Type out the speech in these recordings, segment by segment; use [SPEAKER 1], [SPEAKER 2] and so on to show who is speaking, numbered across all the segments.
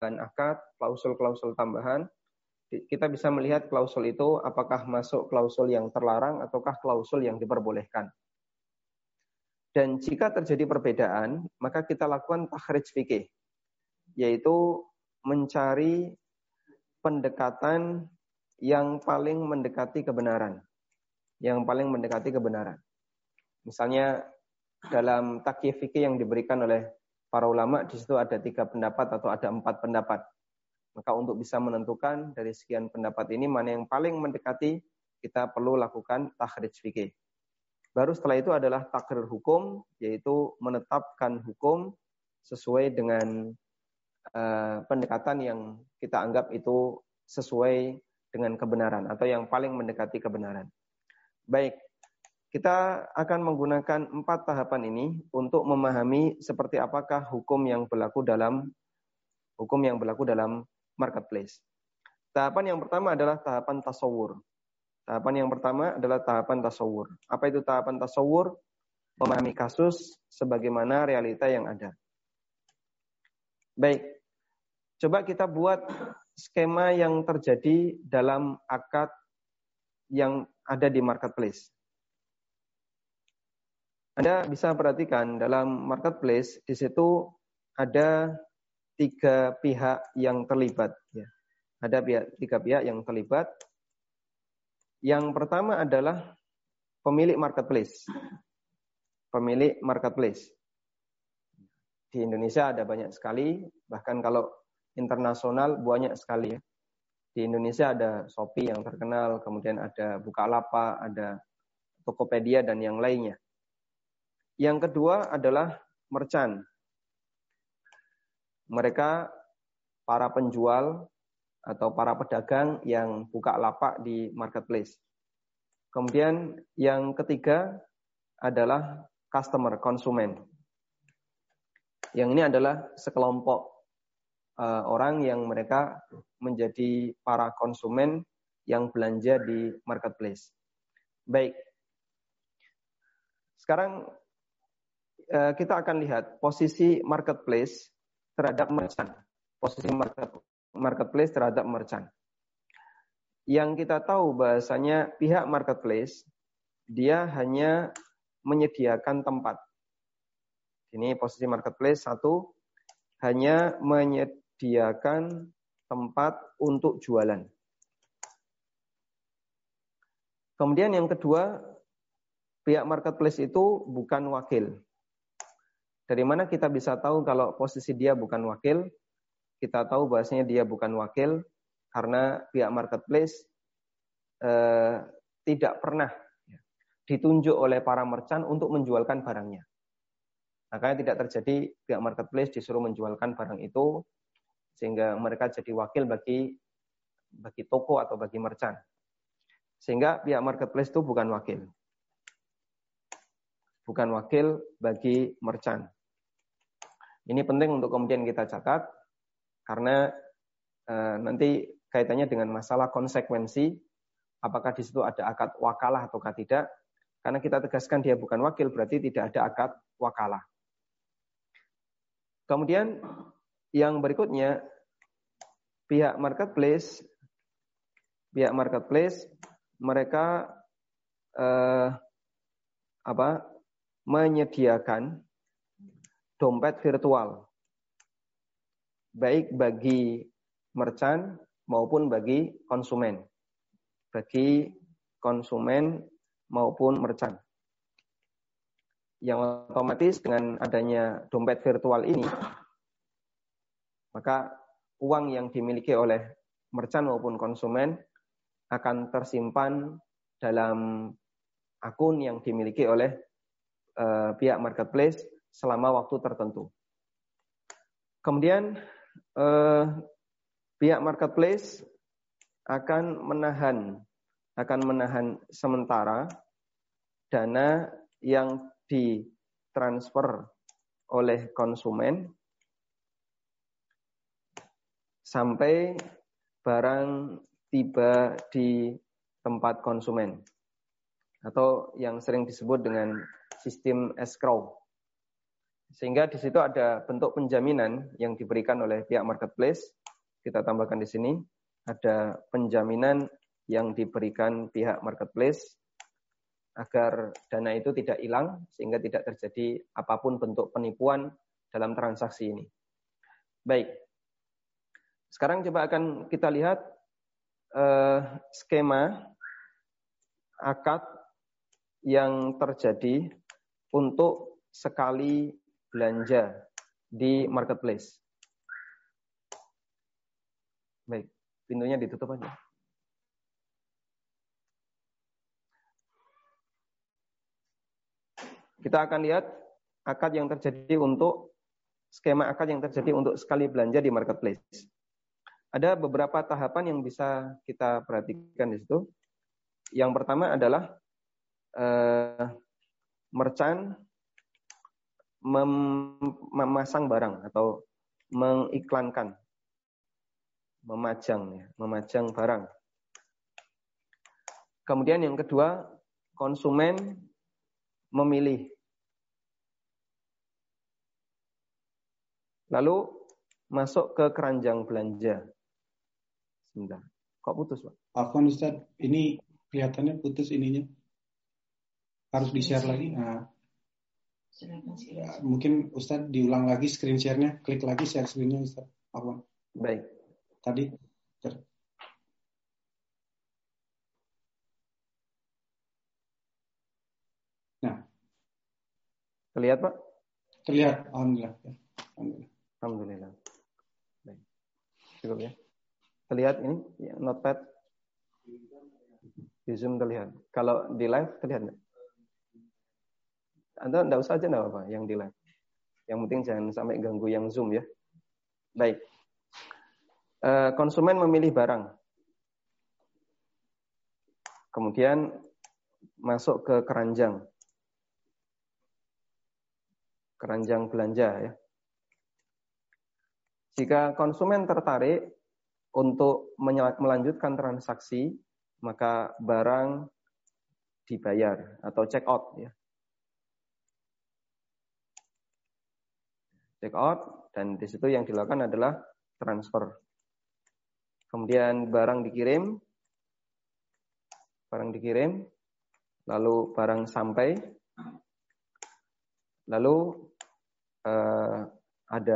[SPEAKER 1] akad, klausul-klausul tambahan, kita bisa melihat klausul itu apakah masuk klausul yang terlarang ataukah klausul yang diperbolehkan. Dan jika terjadi perbedaan, maka kita lakukan takhrij fikih, yaitu mencari pendekatan yang paling mendekati kebenaran. Yang paling mendekati kebenaran. Misalnya dalam takyif fikih yang diberikan oleh para ulama, di situ ada 3 pendapat atau ada 4 pendapat. Maka untuk bisa menentukan dari sekian pendapat ini mana yang paling mendekati, kita perlu lakukan takhrij fikih. Baru setelah itu adalah takrir hukum, yaitu menetapkan hukum sesuai dengan pendekatan yang kita anggap itu sesuai dengan kebenaran atau yang paling mendekati kebenaran. Baik, kita akan menggunakan 4 tahapan ini untuk memahami seperti apakah hukum yang berlaku dalam marketplace. Tahapan yang pertama adalah tahapan tasawur. Tahapan yang pertama adalah tahapan tasawur. Apa itu tahapan tasawur? Memahami kasus sebagaimana realita yang ada. Baik, coba kita buat skema yang terjadi dalam akad yang ada di marketplace. Anda bisa perhatikan dalam marketplace, di situ ada 3 pihak yang terlibat. Ada 3 pihak yang terlibat. Yang pertama adalah pemilik marketplace. Pemilik marketplace. Di Indonesia ada banyak sekali, bahkan kalau internasional banyak sekali ya. Di Indonesia ada Shopee yang terkenal, kemudian ada Bukalapak, ada Tokopedia dan yang lainnya. Yang kedua adalah merchant. Mereka para penjual atau para pedagang yang buka lapak di marketplace. Kemudian yang ketiga adalah customer, konsumen. Yang ini adalah sekelompok orang yang mereka menjadi para konsumen yang belanja di marketplace. Baik. Sekarang kita akan lihat posisi marketplace terhadap merchant. Posisi marketplace terhadap merchant. Yang kita tahu bahasanya pihak marketplace dia hanya menyediakan tempat. Ini posisi marketplace 1, hanya menyediakan tempat untuk jualan. Kemudian yang kedua, pihak marketplace itu bukan wakil. Dari mana kita bisa tahu kalau posisi dia bukan wakil? Kita tahu bahasanya dia bukan wakil karena pihak marketplace tidak pernah ditunjuk oleh para merchant untuk menjualkan barangnya. Makanya tidak terjadi pihak marketplace disuruh menjualkan barang itu sehingga mereka jadi wakil bagi toko atau bagi merchant. Sehingga pihak marketplace itu bukan wakil. Bukan wakil bagi merchant. Ini penting untuk kemudian kita catat karena nanti kaitannya dengan masalah konsekuensi, apakah di situ ada akad wakalah ataukah tidak. Karena kita tegaskan dia bukan wakil, berarti tidak ada akad wakalah. Kemudian yang berikutnya, pihak marketplace mereka menyediakan dompet virtual, baik bagi merchant maupun bagi konsumen. Bagi konsumen maupun merchant. Yang otomatis dengan adanya dompet virtual ini, maka uang yang dimiliki oleh merchant maupun konsumen akan tersimpan dalam akun yang dimiliki oleh pihak marketplace selama waktu tertentu. Kemudian pihak marketplace akan menahan sementara dana yang ditransfer oleh konsumen sampai barang tiba di tempat konsumen atau yang sering disebut dengan sistem escrow. Sehingga di situ ada bentuk penjaminan yang diberikan oleh pihak marketplace. Kita tambahkan di sini, ada penjaminan yang diberikan pihak marketplace agar dana itu tidak hilang, sehingga tidak terjadi apapun bentuk penipuan dalam transaksi ini. Baik, sekarang coba akan kita lihat skema akad yang terjadi untuk sekali belanja di marketplace. Baik, pintunya ditutup aja. Kita akan lihat akad yang terjadi untuk skema akad yang terjadi untuk sekali belanja di marketplace. Ada beberapa tahapan yang bisa kita perhatikan di situ. Yang pertama adalah merchant memasang barang atau mengiklankan, memajang barang. Kemudian yang kedua, konsumen memilih. Lalu masuk ke keranjang belanja. Sebentar. Kok putus, Pak?
[SPEAKER 2] Afwan Ustaz, ini kelihatannya putus ininya. Harus di-share lagi. Nah, mungkin Ustaz diulang lagi screen share-nya. Klik lagi share screen-nya Ustaz. Afwan.
[SPEAKER 1] Baik.
[SPEAKER 2] Tadi. Nah.
[SPEAKER 1] Terlihat, Pak?
[SPEAKER 2] Terlihat. Alhamdulillah.
[SPEAKER 1] Alhamdulillah. Baik. Cukup ya. Terlihat ini ya, notepad di Zoom terlihat. Kalau di live terlihat enggak? Anda enggak usah aja enggak apa-apa yang di live. Yang penting jangan sampai ganggu yang Zoom ya. Baik. Konsumen memilih barang. Kemudian masuk ke keranjang. Keranjang belanja ya. Jika konsumen tertarik untuk melanjutkan transaksi, maka barang dibayar atau check out ya. Check out dan di situ yang dilakukan adalah transfer. Kemudian barang dikirim, lalu barang sampai, lalu ada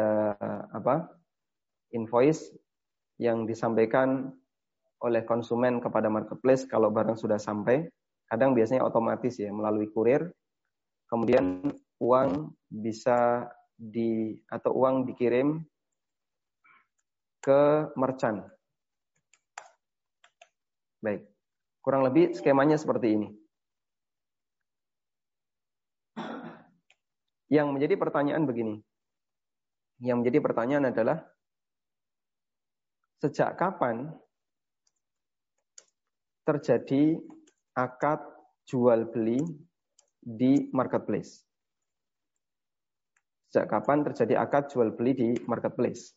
[SPEAKER 1] invoice yang disampaikan oleh konsumen kepada marketplace kalau barang sudah sampai. Kadang biasanya otomatis ya melalui kurir. Kemudian uang bisa uang dikirim ke merchant. Baik. Kurang lebih skemanya seperti ini. Yang menjadi pertanyaan begini. Yang menjadi pertanyaan adalah sejak kapan terjadi akad jual beli di marketplace? Sejak kapan terjadi akad jual beli di marketplace?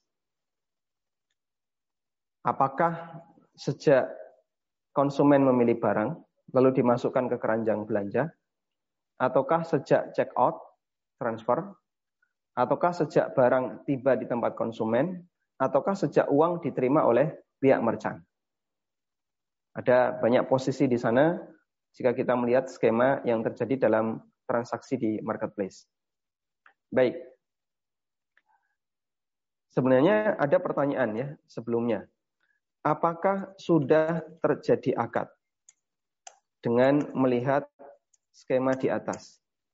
[SPEAKER 1] Apakah sejak konsumen memilih barang lalu dimasukkan ke keranjang belanja? Ataukah sejak check out, transfer? Ataukah sejak barang tiba di tempat konsumen? Ataukah sejak uang diterima oleh pihak merchant? Ada banyak posisi di sana jika kita melihat skema yang terjadi dalam transaksi di marketplace. Baik. Sebenarnya ada pertanyaan ya sebelumnya. Apakah sudah terjadi akad dengan melihat skema di atas?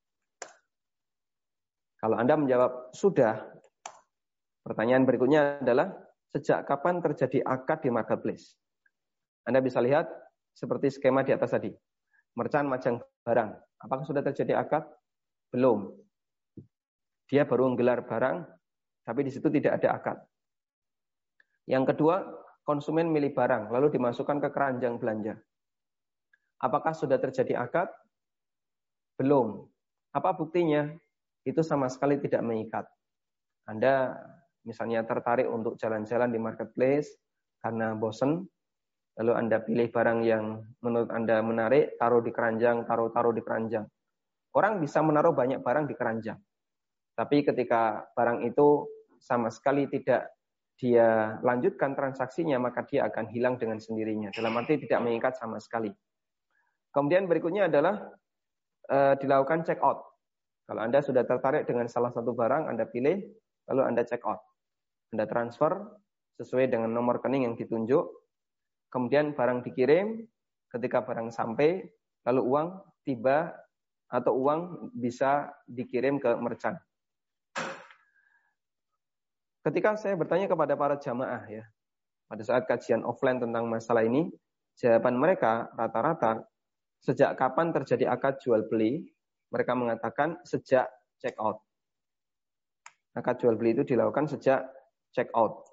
[SPEAKER 1] Kalau Anda menjawab sudah, pertanyaan berikutnya adalah sejak kapan terjadi akad di marketplace? Anda bisa lihat seperti skema di atas tadi. Merchant majang barang. Apakah sudah terjadi akad? Belum. Dia baru menggelar barang, tapi di situ tidak ada akad. Yang kedua, konsumen milih barang, lalu dimasukkan ke keranjang belanja. Apakah sudah terjadi akad? Belum. Apa buktinya? Itu sama sekali tidak mengikat. Anda misalnya tertarik untuk jalan-jalan di marketplace karena bosen, lalu Anda pilih barang yang menurut Anda menarik, taruh di keranjang, taruh di keranjang. Orang bisa menaruh banyak barang di keranjang. Tapi ketika barang itu sama sekali tidak dia lanjutkan transaksinya, maka dia akan hilang dengan sendirinya. Dalam arti tidak mengikat sama sekali. Kemudian berikutnya adalah dilakukan check out. Kalau Anda sudah tertarik dengan salah satu barang, Anda pilih, lalu Anda check out. Anda transfer sesuai dengan nomor rekening yang ditunjuk. Kemudian barang dikirim, ketika barang sampai, lalu uang tiba atau uang bisa dikirim ke merchant. Ketika saya bertanya kepada para jamaah ya, pada saat kajian offline tentang masalah ini, jawaban mereka rata-rata, sejak kapan terjadi akad jual beli, mereka mengatakan sejak check out. Akad jual beli itu dilakukan sejak check out.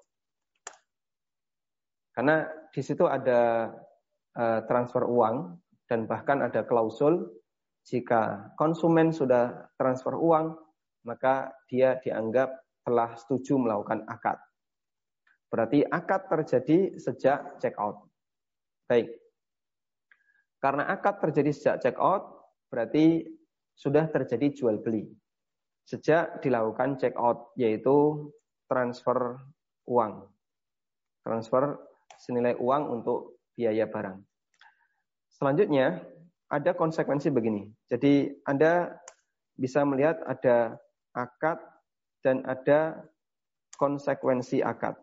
[SPEAKER 1] Karena di situ ada transfer uang dan bahkan ada klausul jika konsumen sudah transfer uang, maka dia dianggap telah setuju melakukan akad. Berarti akad terjadi sejak check out. Baik. Karena akad terjadi sejak check out, berarti sudah terjadi jual beli. Sejak dilakukan check out, yaitu transfer uang. Transfer senilai uang untuk biaya barang. Selanjutnya, ada konsekuensi begini. Jadi Anda bisa melihat ada akad dan ada konsekuensi akad.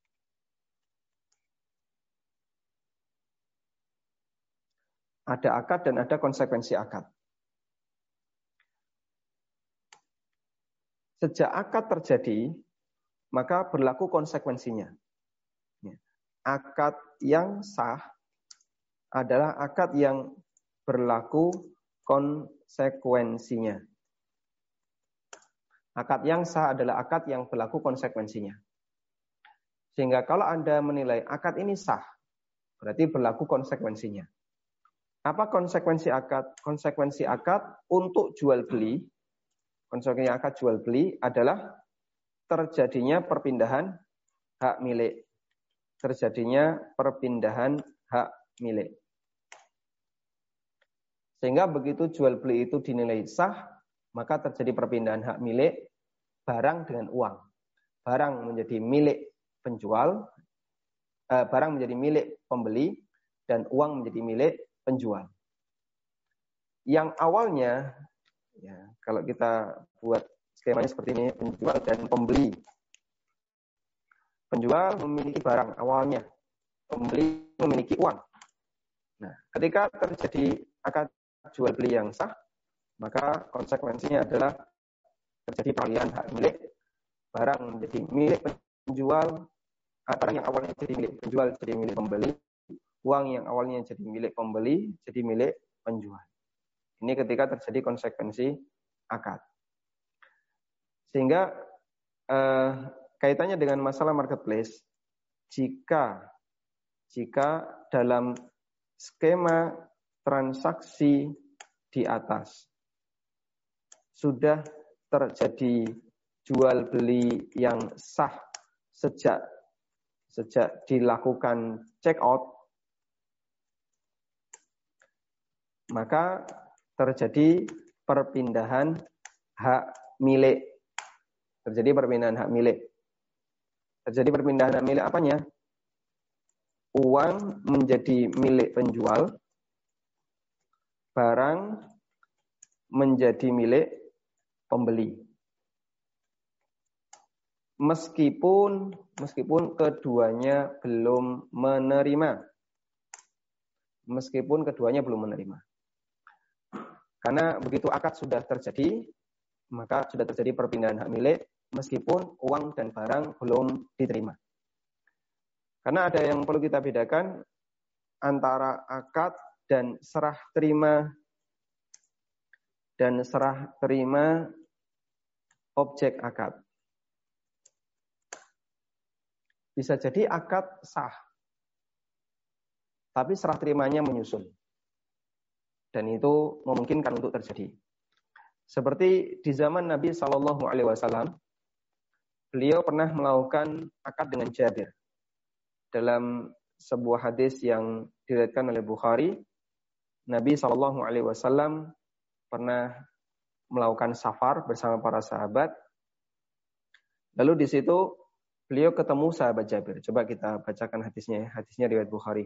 [SPEAKER 1] Ada akad dan ada konsekuensi akad. Sejak akad terjadi, maka berlaku konsekuensinya. Akad yang sah adalah akad yang berlaku konsekuensinya. Akad yang sah adalah akad yang berlaku konsekuensinya. Sehingga kalau Anda menilai akad ini sah, berarti berlaku konsekuensinya. Apa konsekuensi akad? Konsekuensi akad untuk jual beli, konsekuensi akad jual beli adalah terjadinya perpindahan hak milik. Terjadinya perpindahan hak milik. Sehingga begitu jual beli itu dinilai sah, maka terjadi perpindahan hak milik barang dengan uang. Barang menjadi milik penjual, barang menjadi milik pembeli, dan uang menjadi milik penjual. Yang awalnya, ya, kalau kita buat skemanya seperti ini, penjual dan pembeli. Penjual memiliki barang awalnya, pembeli memiliki uang. Nah, ketika terjadi akad jual beli yang sah, maka konsekuensinya adalah terjadi peralihan hak milik, barang menjadi milik penjual, barang yang awalnya jadi milik penjual jadi milik pembeli, uang yang awalnya jadi milik pembeli jadi milik penjual. Ini ketika terjadi konsekuensi akad. Sehingga kaitannya dengan masalah marketplace, jika dalam skema transaksi di atas sudah terjadi jual beli yang sah sejak dilakukan check out, maka terjadi perpindahan hak milik. Terjadi perpindahan hak milik. Terjadi perpindahan hak milik apanya? Uang menjadi milik penjual, barang menjadi milik pembeli. Meskipun keduanya belum menerima. Meskipun keduanya belum menerima. Karena begitu akad sudah terjadi, maka sudah terjadi perpindahan hak milik meskipun uang dan barang belum diterima. Karena ada yang perlu kita bedakan antara akad dan serah terima objek akad. Bisa jadi akad sah, tapi serah terimanya menyusun. Dan itu memungkinkan untuk terjadi. Seperti di zaman Nabi SAW, beliau pernah melakukan akad dengan Jabir. Dalam sebuah hadis yang diriwayatkan oleh Bukhari, Nabi SAW pernah melakukan safar bersama para sahabat Lalu di situ beliau ketemu sahabat Jabir. Coba kita bacakan hadisnya ya. Hadisnya riwayat Bukhari.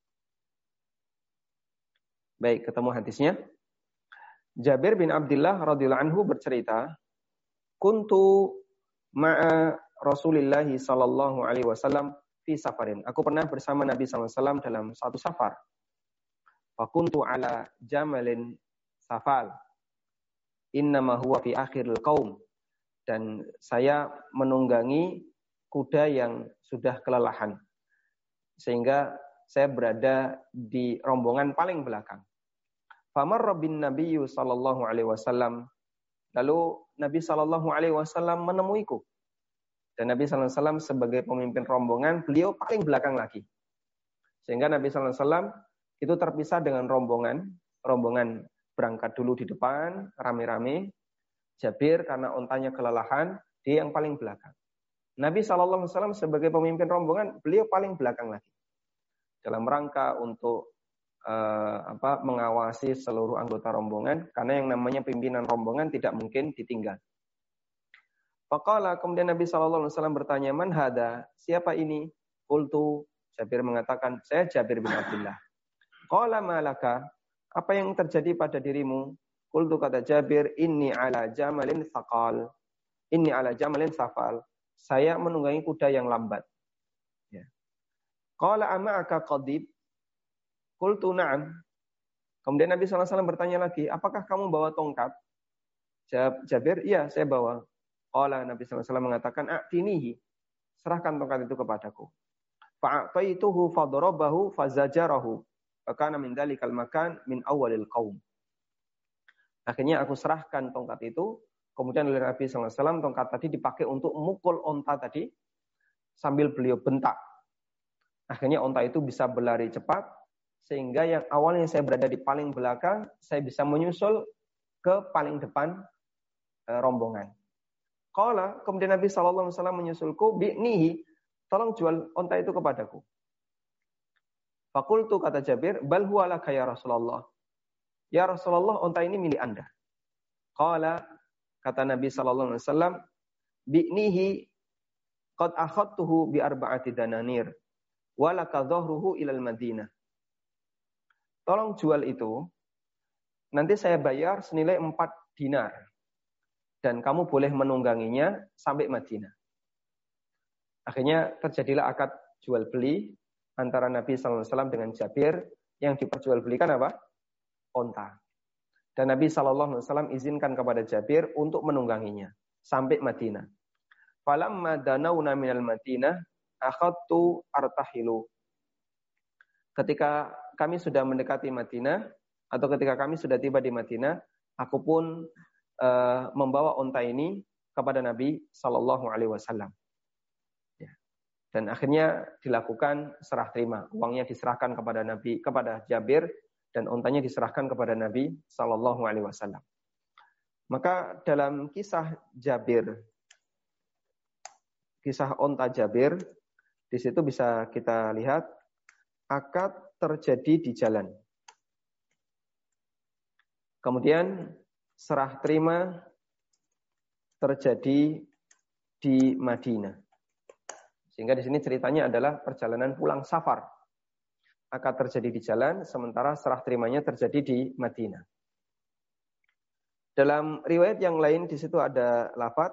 [SPEAKER 1] Baik, ketemu hadisnya. Jabir bin Abdullah radhiyallahu anhu bercerita, "Kuntu ma'a Rasulillah sallallahu alaihi wasallam fi safarin." Aku pernah bersama Nabi sallallahu alaihi wasallam dalam satu safar. Fa kuntu ala jamalin safal. Innama huwa fi akhiril qaum. Dan saya menunggangi kuda yang sudah kelelahan. Sehingga saya berada di rombongan paling belakang. Famarra bin Nabiyyu sallallahu alaihi wasallam. Lalu Nabi sallallahu alaihi wasallam menemuiku. Dan Nabi sallallahu alaihi wasallam sebagai pemimpin rombongan, beliau paling belakang lagi. Sehingga Nabi sallallahu alaihi wasallam itu terpisah dengan rombongan berangkat dulu di depan, rame-rame. Jabir karena ontanya kelelahan, dia yang paling belakang. Nabi sallallahu alaihi wasallam sebagai pemimpin rombongan, beliau paling belakang lagi. Dalam rangka untuk mengawasi seluruh anggota rombongan, karena yang namanya pimpinan rombongan tidak mungkin ditinggal. Faqala, kemudian Nabi sallallahu alaihi wasallam bertanya, "Man hada? Siapa ini?" Qultu, Jabir mengatakan, "Saya Jabir bin Abdullah." Qala malaka? Apa yang terjadi pada dirimu? Qultu, kata Jabir, "Inni ala jamalin thaqal." Inni ala jamalin safal. Saya menunggangi kuda yang lambat. Ya. Qala ama'aka qadib? Qultu na'am. Kemudian Nabi sallallahu alaihi wasallam bertanya lagi, "Apakah kamu bawa tongkat?" Jabir, "Iya, saya bawa." Qala, Nabi sallallahu alaihi wasallam mengatakan, "A'tinihi." Serahkan tongkat itu kepadaku. Fa'ataituhu fadarabahu fazajarahu. Fakana min dalikal makan min awalil qaum. Akhirnya aku serahkan tongkat itu, kemudian oleh Nabi sallallahu alaihi wasallam tongkat tadi dipakai untuk memukul onta tadi sambil beliau bentak. Akhirnya onta itu bisa berlari cepat sehingga yang awalnya saya berada di paling belakang, saya bisa menyusul ke paling depan rombongan. Qala, kemudian Nabi sallallahu alaihi wasallam menyusulku, "Bi'nihi, tolong jual onta itu kepadaku." Fakultu, kata Jabir, "Bal huwa laka ya Rasulullah." Ya Rasulullah, onta ini milik Anda. Qala, kata Nabi sallallahu alaihi wasallam, "Bi'nihi qad akhadtuhu bi arba'ati dananir wa laka dhahruhu ilal Madinah." Tolong jual itu, nanti saya bayar senilai 4 dinar. Dan kamu boleh menungganginya sampai Madinah. Akhirnya terjadilah akad jual beli antara Nabi sallallahu alaihi wasallam dengan Jabir, yang diperjualbelikan apa? Onta. Dan Nabi sallallahu alaihi wasallam izinkan kepada Jabir untuk menungganginya sampai Madinah. Falamma danauna minal Madinah akhadtu artahilu. Ketika kami sudah mendekati Madinah, atau ketika kami sudah tiba di Madinah, aku pun membawa onta ini kepada Nabi sallallahu alaihi wasallam. Dan akhirnya dilakukan serah terima. Uangnya diserahkan kepada Nabi, kepada Jabir, dan ontanya diserahkan kepada Nabi sallallahu alaihi wasallam. Maka dalam kisah Jabir, kisah onta Jabir, di situ bisa kita lihat akad terjadi di jalan. Kemudian serah terima terjadi di Madinah. Sehingga di sini ceritanya adalah perjalanan pulang safar. Akad terjadi di jalan, sementara serah terimanya terjadi di Madinah. Dalam riwayat yang lain di situ ada lafaz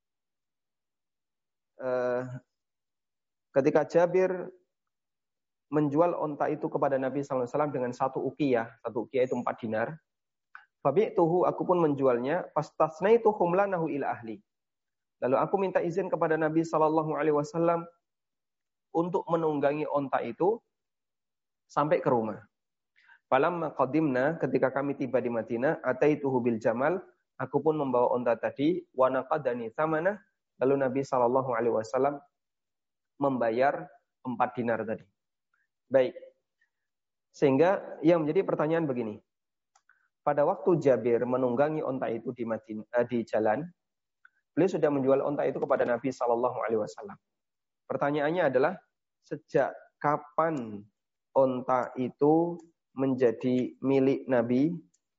[SPEAKER 1] ketika Jabir menjual onta itu kepada Nabi sallallahu alaihi wasallam dengan satu uqiyah itu 4 dinar. Fabi'tuhu, aku pun menjualnya, fastasnaitu humlanahu ila ahli. Lalu aku minta izin kepada Nabi sallallahu alaihi wasallam untuk menunggangi onta itu sampai ke rumah. Falamma qadimna, ketika kami tiba di Madinah, ataituhu bil jamal, aku pun membawa onta tadi, wa naqadani thamanah, lalu Nabi sallallahu alaihi wasallam membayar 4 dinar tadi. Baik. Sehingga yang menjadi pertanyaan begini. Pada waktu Jabir menunggangi onta itu di jalan, beliau sudah menjual onta itu kepada Nabi sallallahu alaihi wasallam. Pertanyaannya adalah, sejak kapan onta itu menjadi milik Nabi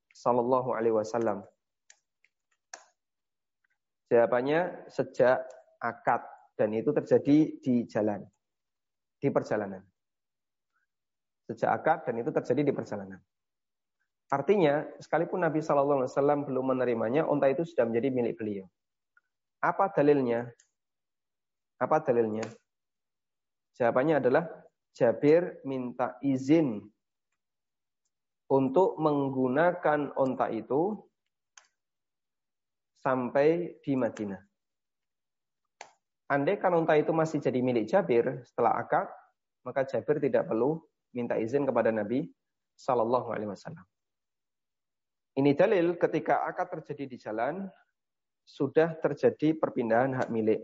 [SPEAKER 1] sallallahu alaihi wasallam? Jawabannya, sejak akad, dan itu terjadi di jalan, di perjalanan. Sejak akad dan itu terjadi di perjalanan. Artinya, sekalipun Nabi SAW belum menerimanya, unta itu sudah menjadi milik beliau. Apa dalilnya? Apa dalilnya? Jawabannya adalah Jabir minta izin untuk menggunakan unta itu sampai di Madinah. Andai kan unta itu masih jadi milik Jabir setelah akad, maka Jabir tidak perlu minta izin kepada Nabi Sallallahu Alaihi Wasallam. Ini dalil ketika akad terjadi di jalan, sudah terjadi perpindahan hak milik.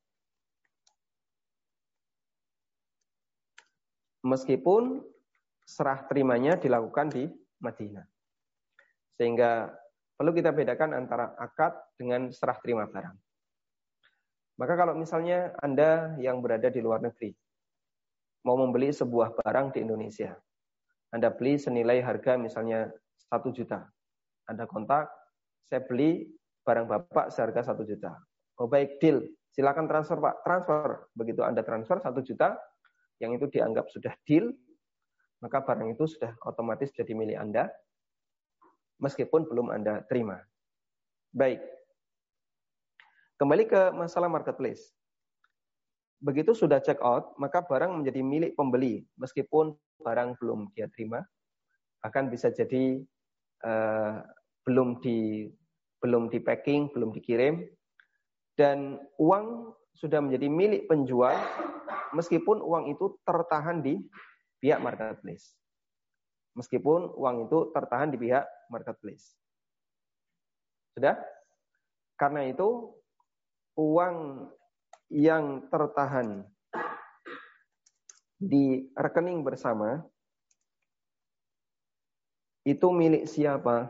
[SPEAKER 1] Meskipun serah terimanya dilakukan di Madinah. Sehingga perlu kita bedakan antara akad dengan serah terima barang. Maka kalau misalnya Anda yang berada di luar negeri, mau membeli sebuah barang di Indonesia, Anda beli senilai harga misalnya 1 juta. Anda kontak, saya beli barang Bapak seharga 1 juta. Oh baik, deal. Silakan transfer Pak. Transfer. Begitu Anda transfer 1 juta, yang itu dianggap sudah deal, maka barang itu sudah otomatis jadi milik Anda, meskipun belum Anda terima. Baik. Kembali ke masalah marketplace. Begitu sudah check out, maka barang menjadi milik pembeli, meskipun barang belum dia terima, bahkan bisa jadi belum di packing, belum dikirim, dan uang sudah menjadi milik penjual, meskipun uang itu tertahan di pihak marketplace. Meskipun uang itu tertahan di pihak marketplace. Sudah? Karena itu, uang yang tertahan di rekening bersama, itu milik siapa?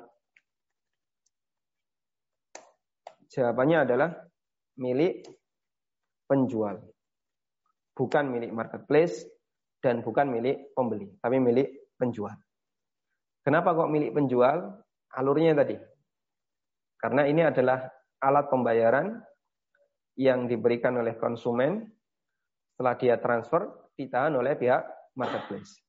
[SPEAKER 1] Jawabannya adalah milik penjual. Bukan milik marketplace dan bukan milik pembeli, tapi milik penjual. Kenapa kok milik penjual? Alurnya tadi. Karena ini adalah alat pembayaran yang diberikan oleh konsumen setelah dia transfer, ditahan oleh pihak marketplace.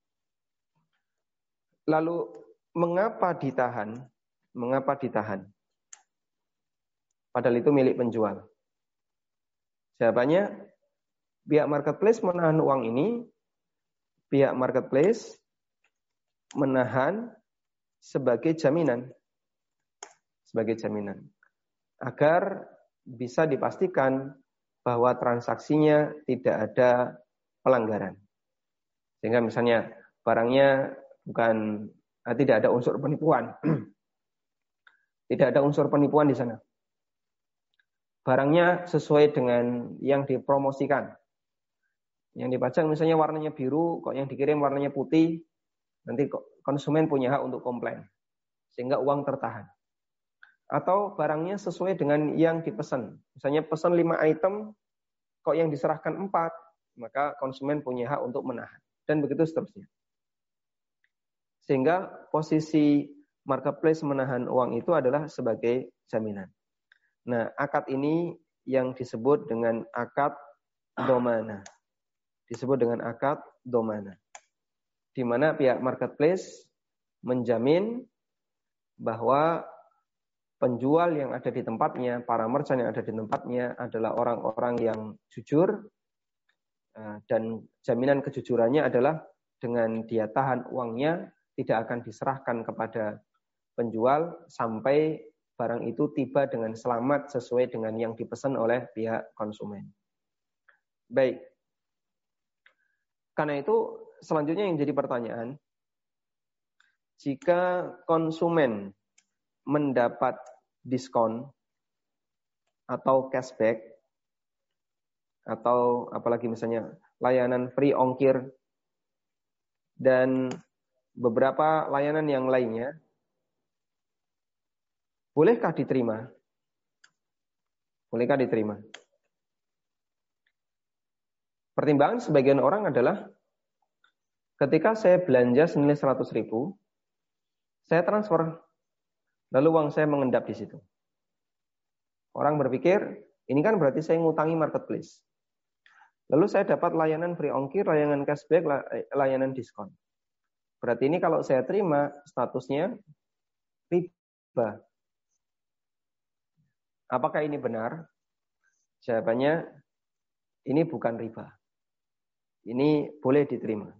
[SPEAKER 1] Lalu mengapa ditahan? Mengapa ditahan? Padahal itu milik penjual. Jawabannya, pihak marketplace menahan uang ini, pihak marketplace menahan sebagai jaminan. Sebagai jaminan. Agar bisa dipastikan bahwa transaksinya tidak ada pelanggaran. Sehingga misalnya barangnya tidak ada unsur penipuan. Tidak ada unsur penipuan di sana. Barangnya sesuai dengan yang dipromosikan. Yang dipajang misalnya warnanya biru, kok yang dikirim warnanya putih, nanti konsumen punya hak untuk komplain. Sehingga uang tertahan. Atau barangnya sesuai dengan yang dipesan. Misalnya pesan 5 item, kok yang diserahkan 4, maka konsumen punya hak untuk menahan. Dan begitu seterusnya. Sehingga posisi marketplace menahan uang itu adalah sebagai jaminan. Nah, akad ini yang disebut dengan akad domana. Disebut dengan akad domana. Di mana pihak marketplace menjamin bahwa penjual yang ada di tempatnya, para merchant yang ada di tempatnya adalah orang-orang yang jujur, dan jaminan kejujurannya adalah dengan dia tahan uangnya, tidak akan diserahkan kepada penjual sampai barang itu tiba dengan selamat sesuai dengan yang dipesan oleh pihak konsumen. Baik. Karena itu selanjutnya yang jadi pertanyaan, jika konsumen mendapat diskon atau cashback atau apalagi misalnya layanan free ongkir dan beberapa layanan yang lainnya, bolehkah diterima? Bolehkah diterima? Pertimbangan sebagian orang adalah ketika saya belanja senilai 100.000, saya transfer, lalu uang saya mengendap di situ. Orang berpikir Ini kan berarti saya ngutangi marketplace. Lalu saya dapat layanan free ongkir, layanan cashback, layanan diskon. Berarti ini kalau saya terima statusnya riba. Apakah ini benar? Jawabannya, ini bukan riba. Ini boleh diterima.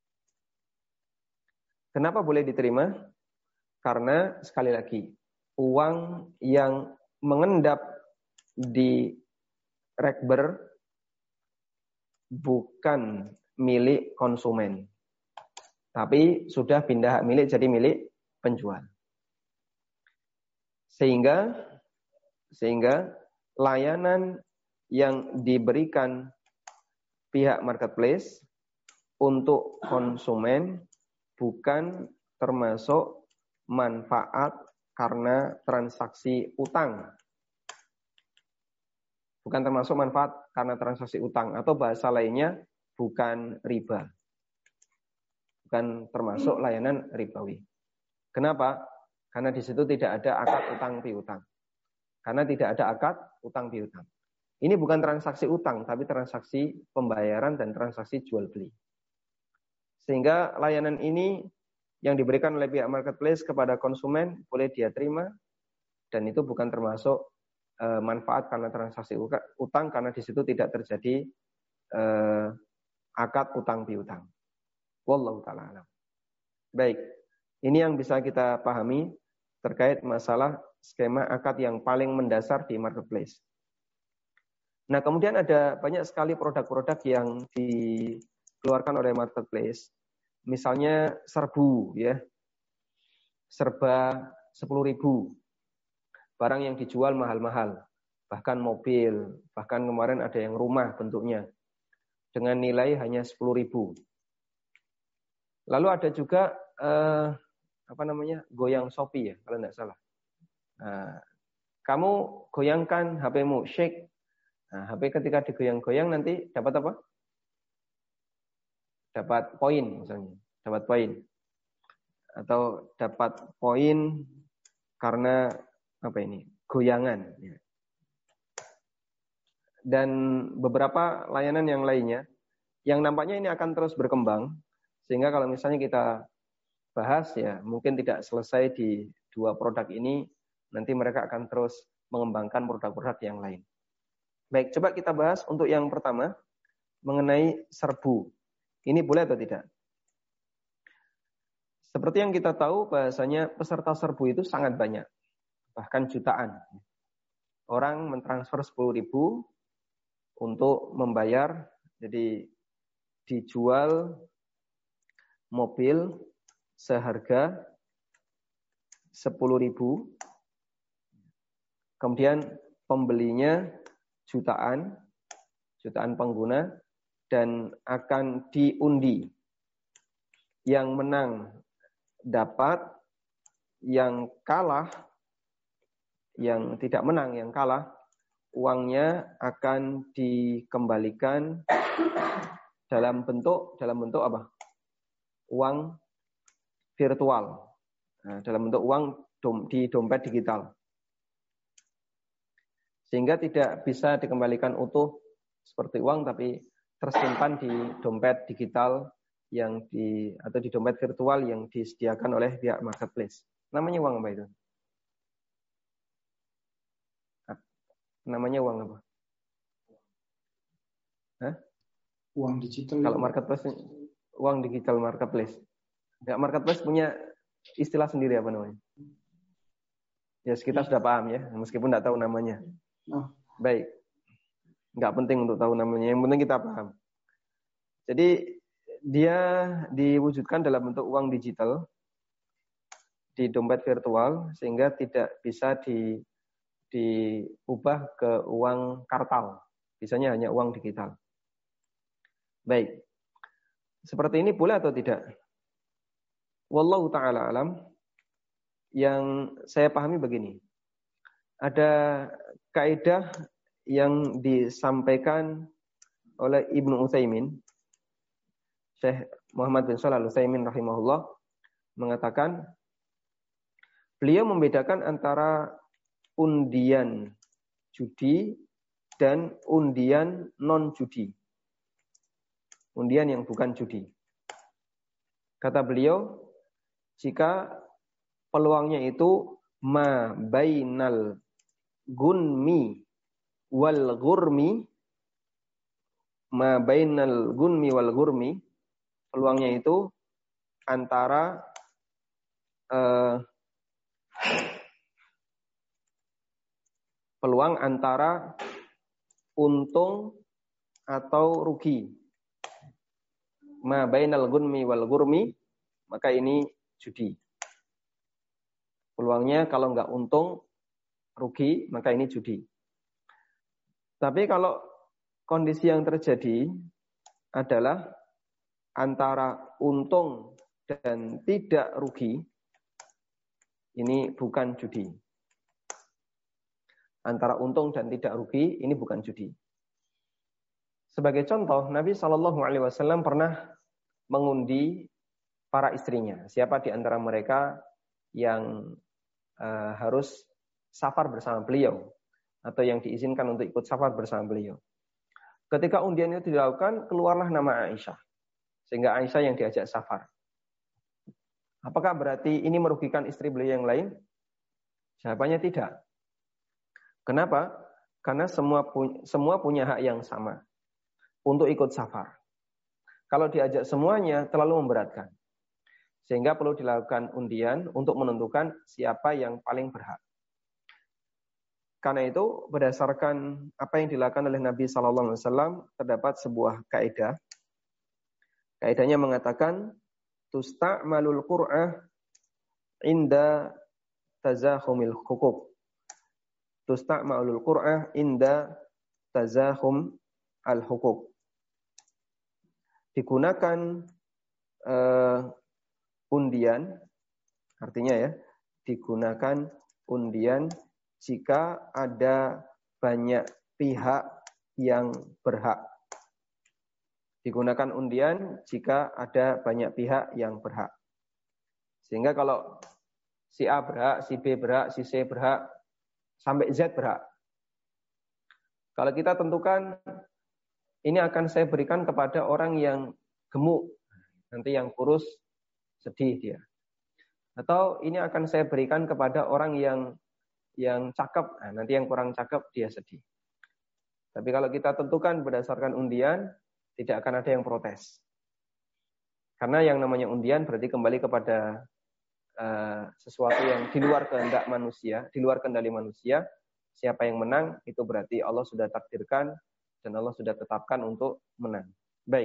[SPEAKER 1] Kenapa boleh diterima? Karena sekali lagi, uang yang mengendap di rekber bukan milik konsumen. Tapi sudah pindah hak milik jadi milik penjual. Sehingga layanan yang diberikan pihak marketplace untuk konsumen bukan termasuk manfaat karena transaksi utang. Bukan termasuk manfaat karena transaksi utang. Atau bahasa lainnya, bukan riba. Bukan termasuk layanan ribawi. Kenapa? Karena di situ tidak ada akad utang piutang. Karena tidak ada akad utang piutang. Ini bukan transaksi utang, tapi transaksi pembayaran dan transaksi jual beli. Sehingga layanan ini yang diberikan oleh pihak marketplace kepada konsumen boleh dia terima, dan itu bukan termasuk manfaat karena transaksi utang, karena di situ tidak terjadi akad utang piutang. Wallahu ta'ala alam. Baik, ini yang bisa kita pahami terkait masalah skema akad yang paling mendasar di marketplace. Nah, kemudian ada banyak sekali produk-produk yang dikeluarkan oleh marketplace. Misalnya serbu, ya, serba 10.000. Barang yang dijual mahal-mahal, bahkan mobil, bahkan kemarin ada yang rumah bentuknya, dengan nilai hanya 10.000. Lalu ada juga goyang Shopee, ya, kalau tidak salah. Nah, kamu goyangkan HP-mu, shake. Nah, HP ketika digoyang-goyang nanti dapat apa? Dapat poin misalnya, dapat poin. Atau dapat poin karena goyangan. Dan beberapa layanan yang lainnya, yang nampaknya ini akan terus berkembang, sehingga kalau misalnya kita bahas, ya mungkin tidak selesai di 2 produk ini, nanti mereka akan terus mengembangkan produk-produk yang lain. Baik, coba kita bahas untuk yang pertama, mengenai serbu. Ini boleh atau tidak? Seperti yang kita tahu, bahasanya peserta serbu itu sangat banyak. Bahkan jutaan. Orang mentransfer 10.000 untuk membayar, jadi dijual mobil seharga 10.000, kemudian pembelinya jutaan pengguna, dan akan diundi. Yang menang dapat, yang kalah, yang tidak menang, yang kalah, uangnya akan dikembalikan dalam bentuk apa? Uang virtual. Nah, dalam bentuk uang di dompet digital. Sehingga tidak bisa dikembalikan utuh seperti uang, tapi tersimpan di dompet digital atau di dompet virtual yang disediakan oleh pihak marketplace. Namanya uang apa itu? Namanya uang apa? Hah?
[SPEAKER 2] Uang digital.
[SPEAKER 1] Kalau marketplace, uang digital marketplace. Ya, marketplace punya istilah sendiri apa namanya? Ya, kita sudah paham ya, meskipun tidak tahu namanya. Baik. Nggak penting untuk tahu namanya, yang penting kita paham. Jadi dia diwujudkan dalam bentuk uang digital di dompet virtual, sehingga tidak bisa diubah ke uang kartal. Bisanya hanya uang digital. Baik. Seperti ini boleh atau tidak? Wallahu ta'ala alam. Yang saya pahami begini. Ada kaidah yang disampaikan oleh Ibnu Utsaimin, Syekh Muhammad bin Shalih Al-Utsaimin rahimahullah, mengatakan beliau membedakan antara undian judi dan undian non-judi. Undian yang bukan judi. Kata beliau, jika peluangnya itu ma bainal gunmi wal ghurmi, ma bainal gunmi wal ghurmi, peluangnya itu antara peluang antara untung atau rugi. Ma bainal gunmi wal ghurmi, maka ini judi. Peluangnya kalau nggak untung, rugi, maka ini judi. Tapi kalau kondisi yang terjadi adalah antara untung dan tidak rugi, ini bukan judi. Antara untung dan tidak rugi, ini bukan judi. Sebagai contoh, Nabi SAW pernah mengundi para istrinya. Siapa di antara mereka yang harus safar bersama beliau, atau yang diizinkan untuk ikut safar bersama beliau. Ketika undian itu dilakukan, keluarlah nama Aisyah. Sehingga Aisyah yang diajak safar. Apakah berarti ini merugikan istri beliau yang lain? Jawabannya tidak. Kenapa? Karena semua punya hak yang sama untuk ikut safar. Kalau diajak semuanya terlalu memberatkan. Sehingga perlu dilakukan undian untuk menentukan siapa yang paling berhak. Karena itu berdasarkan apa yang dilakukan oleh Nabi SAW terdapat sebuah kaidah. Kaidahnya mengatakan tusta'malul qur'ah inda tazahumil hukuk. Tusta'malul qur'ah inda tazahum al-hukuk. Digunakan undian, artinya ya, digunakan undian jika ada banyak pihak yang berhak. Digunakan undian jika ada banyak pihak yang berhak. Sehingga kalau si A berhak, si B berhak, si C berhak, sampai Z berhak. Kalau kita tentukan ini akan saya berikan kepada orang yang gemuk, nanti yang kurus sedih dia. Atau ini akan saya berikan kepada orang yang cakep, nanti yang kurang cakep dia sedih. Tapi kalau kita tentukan berdasarkan undian, tidak akan ada yang protes. Karena yang namanya undian berarti kembali kepada sesuatu yang di luar kehendak manusia, di luar kendali manusia. Siapa yang menang, itu berarti Allah sudah takdirkan dan Allah sudah tetapkan untuk menang. Baik.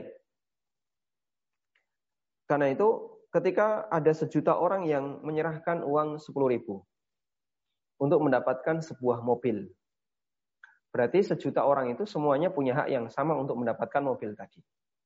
[SPEAKER 1] Karena itu, ketika ada 1 juta orang yang menyerahkan uang 10.000 untuk mendapatkan sebuah mobil, berarti 1 juta orang itu semuanya punya hak yang sama untuk mendapatkan mobil tadi.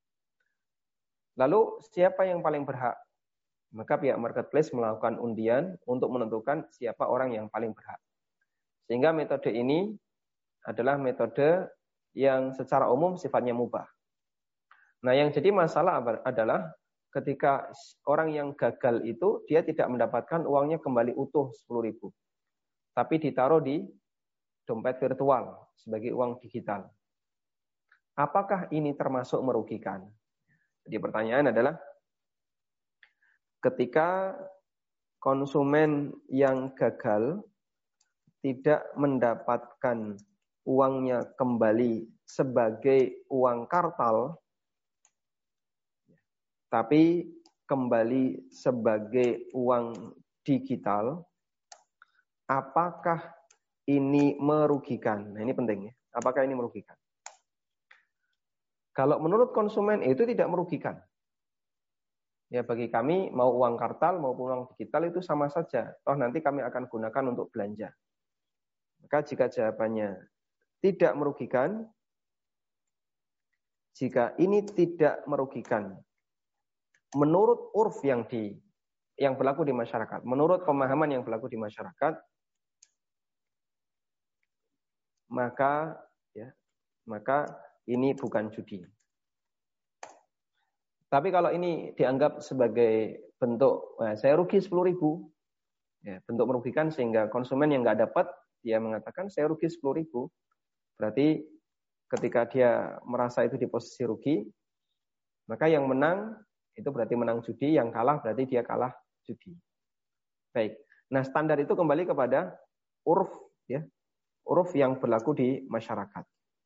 [SPEAKER 1] Lalu, siapa yang paling berhak? Maka pihak marketplace melakukan undian untuk menentukan siapa orang yang paling berhak. Sehingga metode ini adalah metode yang secara umum sifatnya mubah. Nah, yang jadi masalah adalah ketika orang yang gagal itu, dia tidak mendapatkan uangnya kembali utuh 10.000. Tapi ditaruh di dompet virtual sebagai uang digital. Apakah ini termasuk merugikan? Jadi pertanyaan adalah, ketika konsumen yang gagal tidak mendapatkan uangnya kembali sebagai uang kartal, tapi kembali sebagai uang digital, apakah ini merugikan? Nah, ini penting ya. Apakah ini merugikan? Kalau menurut konsumen itu tidak merugikan. Ya, bagi kami mau uang kartal maupun uang digital itu sama saja. Toh nanti kami akan gunakan untuk belanja. Maka jika jawabannya tidak merugikan, jika ini tidak merugikan, menurut urf yang berlaku di masyarakat, menurut pemahaman yang berlaku di masyarakat, maka ini bukan judi. Tapi kalau ini dianggap sebagai bentuk, saya rugi 10.000, ya, bentuk merugikan sehingga konsumen yang nggak dapat, dia mengatakan saya rugi 10.000, Berarti ketika dia merasa itu di posisi rugi, maka yang menang itu berarti menang judi, yang kalah berarti dia kalah judi. Baik. Nah, standar itu kembali kepada uruf, ya. Uruf yang berlaku di masyarakat.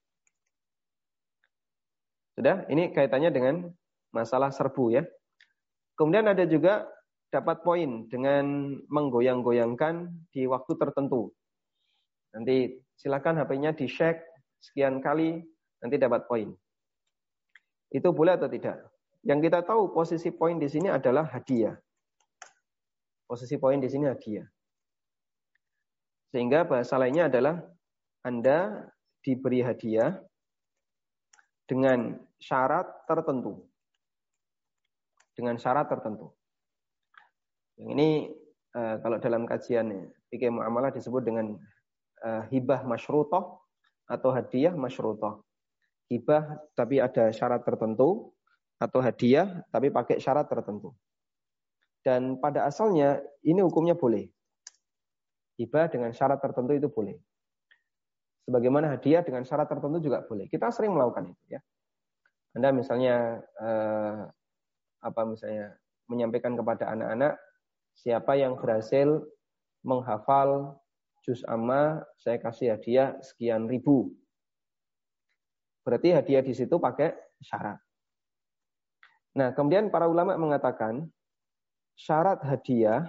[SPEAKER 1] Sudah, ini kaitannya dengan masalah serbu, ya. Kemudian ada juga dapat poin dengan menggoyang-goyangkan di waktu tertentu. Nanti silakan HP-nya di-shake sekian kali, nanti dapat poin. Itu boleh atau tidak? Yang kita tahu posisi poin di sini adalah hadiah. Posisi poin di sini hadiah. Sehingga bahasa lainnya adalah Anda diberi hadiah dengan syarat tertentu. Dengan syarat tertentu. Yang ini kalau dalam kajian fikih muamalah disebut dengan hibah masyrutoh atau hadiah masyrutoh. Hibah tapi ada syarat tertentu, atau hadiah tapi pakai syarat tertentu. Dan pada asalnya ini hukumnya boleh. Hibah dengan syarat tertentu itu boleh. Sebagaimana hadiah dengan syarat tertentu juga boleh. Kita sering melakukan itu, ya. Anda misalnya misalnya menyampaikan kepada anak-anak, siapa yang berhasil menghafal juz amma, saya kasih hadiah sekian ribu. Berarti hadiah di situ pakai syarat. Nah, kemudian para ulama mengatakan syarat hadiah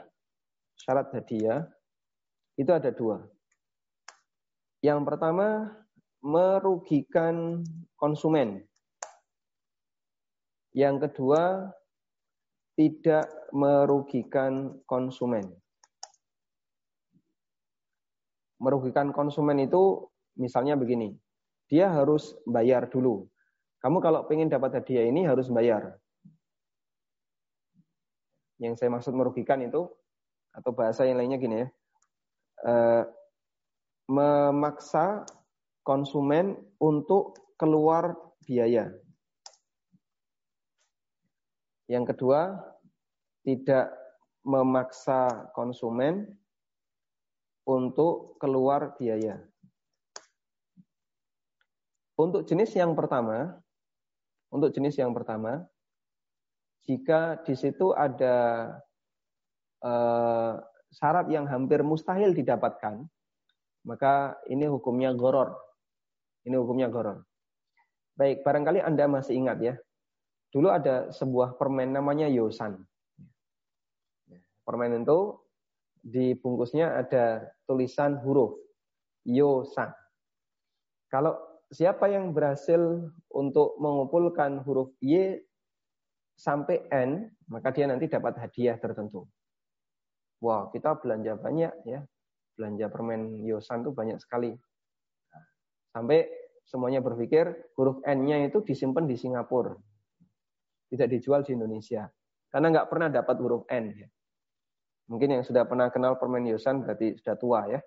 [SPEAKER 1] itu ada dua. Yang pertama, merugikan konsumen. Yang kedua, tidak merugikan konsumen. Merugikan konsumen itu misalnya begini, dia harus bayar dulu. Kamu kalau pengen dapat hadiah ini harus bayar. Yang saya maksud merugikan itu, atau bahasa yang lainnya gini ya, memaksa konsumen untuk keluar biaya. Yang kedua, tidak memaksa konsumen untuk keluar biaya. Untuk jenis yang pertama, jika di situ ada syarat yang hampir mustahil didapatkan, maka ini hukumnya gharar. Baik, barangkali Anda masih ingat ya. Dulu ada sebuah permen namanya Yosan. Permen itu di bungkusnya ada tulisan huruf Yosan. Kalau siapa yang berhasil untuk mengumpulkan huruf Y sampai N, maka dia nanti dapat hadiah tertentu. Wah, kita belanja banyak ya. Belanja permen Yosan itu banyak sekali. Sampai semuanya berpikir huruf N-nya itu disimpan di Singapura. Tidak dijual di Indonesia. Karena nggak pernah dapat huruf N. Mungkin yang sudah pernah kenal permen Yosan berarti sudah tua ya.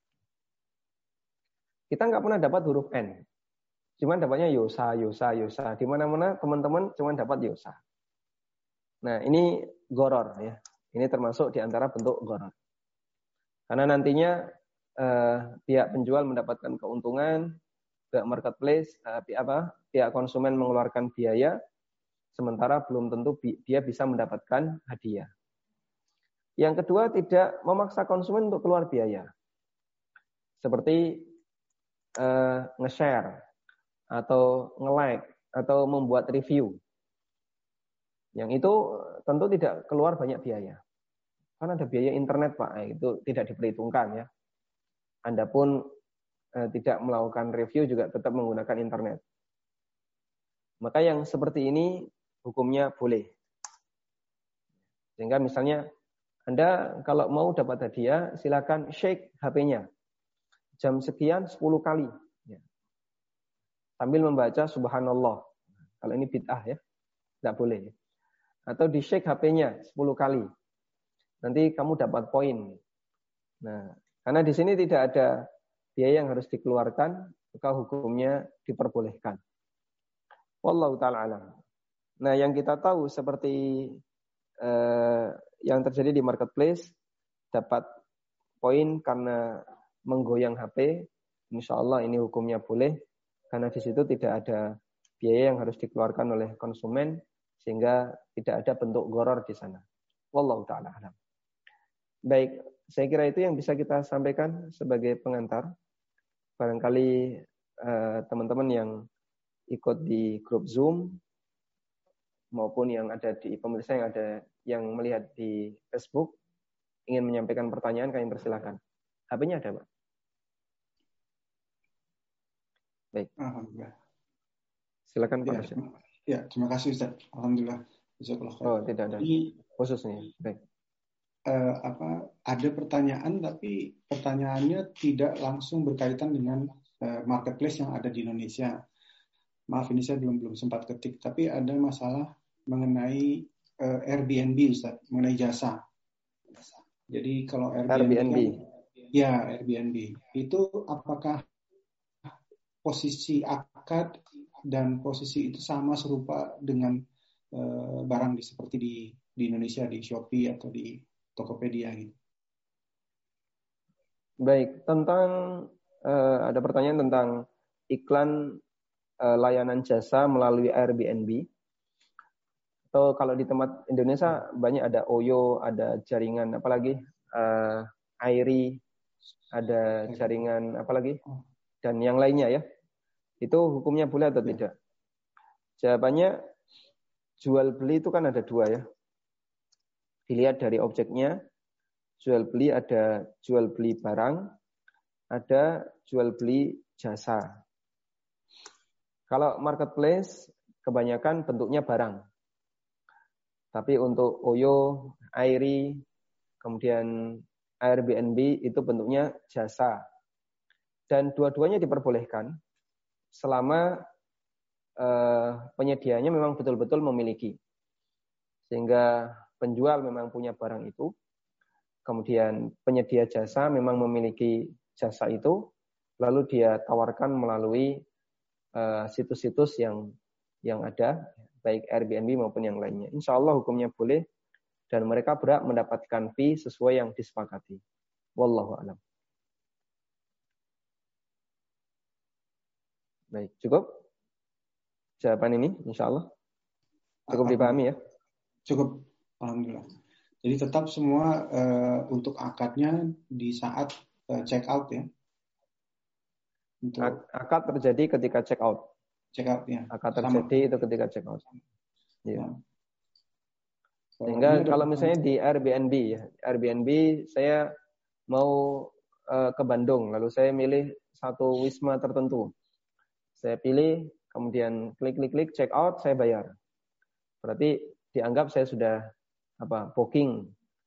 [SPEAKER 1] Kita nggak pernah dapat huruf N. Cuman dapatnya Yosa. Di mana-mana teman-teman cuma dapat Yosa. Nah, ini gharar ya. Ini termasuk di antara bentuk gharar. Karena nantinya pihak penjual mendapatkan keuntungan, pihak marketplace, pihak konsumen mengeluarkan biaya, sementara belum tentu dia bisa mendapatkan hadiah. Yang kedua, tidak memaksa konsumen untuk keluar biaya. Seperti nge-share, atau nge-like, atau membuat review. Yang itu tentu tidak keluar banyak biaya. Karena ada biaya internet, Pak, itu tidak diperhitungkan ya. Anda pun tidak melakukan review juga tetap menggunakan internet. Maka yang seperti ini hukumnya boleh. Sehingga misalnya Anda kalau mau dapat hadiah, silakan shake HP-nya. Jam sekian 10 kali. Ya. Sambil membaca subhanallah. Kalau ini bid'ah ya. Tidak boleh. Atau di shake HP-nya 10 kali. Nanti kamu dapat poin. Nah, karena di sini tidak ada biaya yang harus dikeluarkan, maka hukumnya diperbolehkan. Wallahu ta'ala alam. Nah, yang kita tahu seperti yang terjadi di marketplace, dapat poin karena menggoyang HP, insya Allah ini hukumnya boleh, karena di situ tidak ada biaya yang harus dikeluarkan oleh konsumen, sehingga tidak ada bentuk gharar di sana. Wallahu ta'ala alam. Baik, saya kira itu yang bisa kita sampaikan sebagai pengantar. Barangkali teman-teman yang ikut di grup Zoom maupun yang ada di pemirsa yang ada yang melihat di Facebook ingin menyampaikan pertanyaan, kami persilakan. HP-nya ada, Pak? Baik.
[SPEAKER 2] Alhamdulillah.
[SPEAKER 1] Silakan Pak.
[SPEAKER 2] Ya, terima kasih Ustaz. Alhamdulillah.
[SPEAKER 1] Oh, tidak ada. Khususnya. Baik.
[SPEAKER 2] Ada pertanyaan, tapi pertanyaannya tidak langsung berkaitan dengan marketplace yang ada di Indonesia. Maaf, ini saya belum sempat ketik, tapi ada masalah mengenai Airbnb, Ustaz, mengenai jasa. Jadi kalau Airbnb kan, Airbnb itu apakah posisi akad dan posisi itu sama serupa dengan barang seperti di Indonesia, di Shopee atau di Tokopedia gitu.
[SPEAKER 1] Baik, tentang ada pertanyaan tentang iklan layanan jasa melalui Airbnb. Atau kalau di tempat Indonesia banyak ada Oyo, ada jaringan apalagi Airi, ada jaringan apalagi dan yang lainnya ya. Itu hukumnya boleh atau tidak? Jawabannya jual beli itu kan ada dua ya. Dilihat dari objeknya, jual beli ada jual beli barang, ada jual beli jasa. Kalau marketplace kebanyakan bentuknya barang. Tapi untuk Oyo, Airi, kemudian Airbnb itu bentuknya jasa. Dan dua-duanya diperbolehkan selama penyediaannya memang betul-betul memiliki. Sehingga penjual memang punya barang itu, kemudian penyedia jasa memang memiliki jasa itu, lalu dia tawarkan melalui situs-situs yang ada, baik Airbnb maupun yang lainnya. Insya Allah hukumnya boleh, dan mereka berhak mendapatkan fee sesuai yang disepakati. Wallahu a'lam. Baik, cukup jawaban ini, insya Allah. Cukup dipahami ya? Cukup,
[SPEAKER 2] alhamdulillah. Jadi tetap semua untuk akadnya di saat check out ya.
[SPEAKER 1] Untuk akad terjadi ketika check out.
[SPEAKER 2] Check out ya.
[SPEAKER 1] Akad terjadi itu ketika check out. Ya. Sehingga kalau misalnya di Airbnb ya, Airbnb saya mau ke Bandung, lalu saya milih satu wisma tertentu. Saya pilih, kemudian klik check out, saya bayar. Berarti dianggap saya sudah booking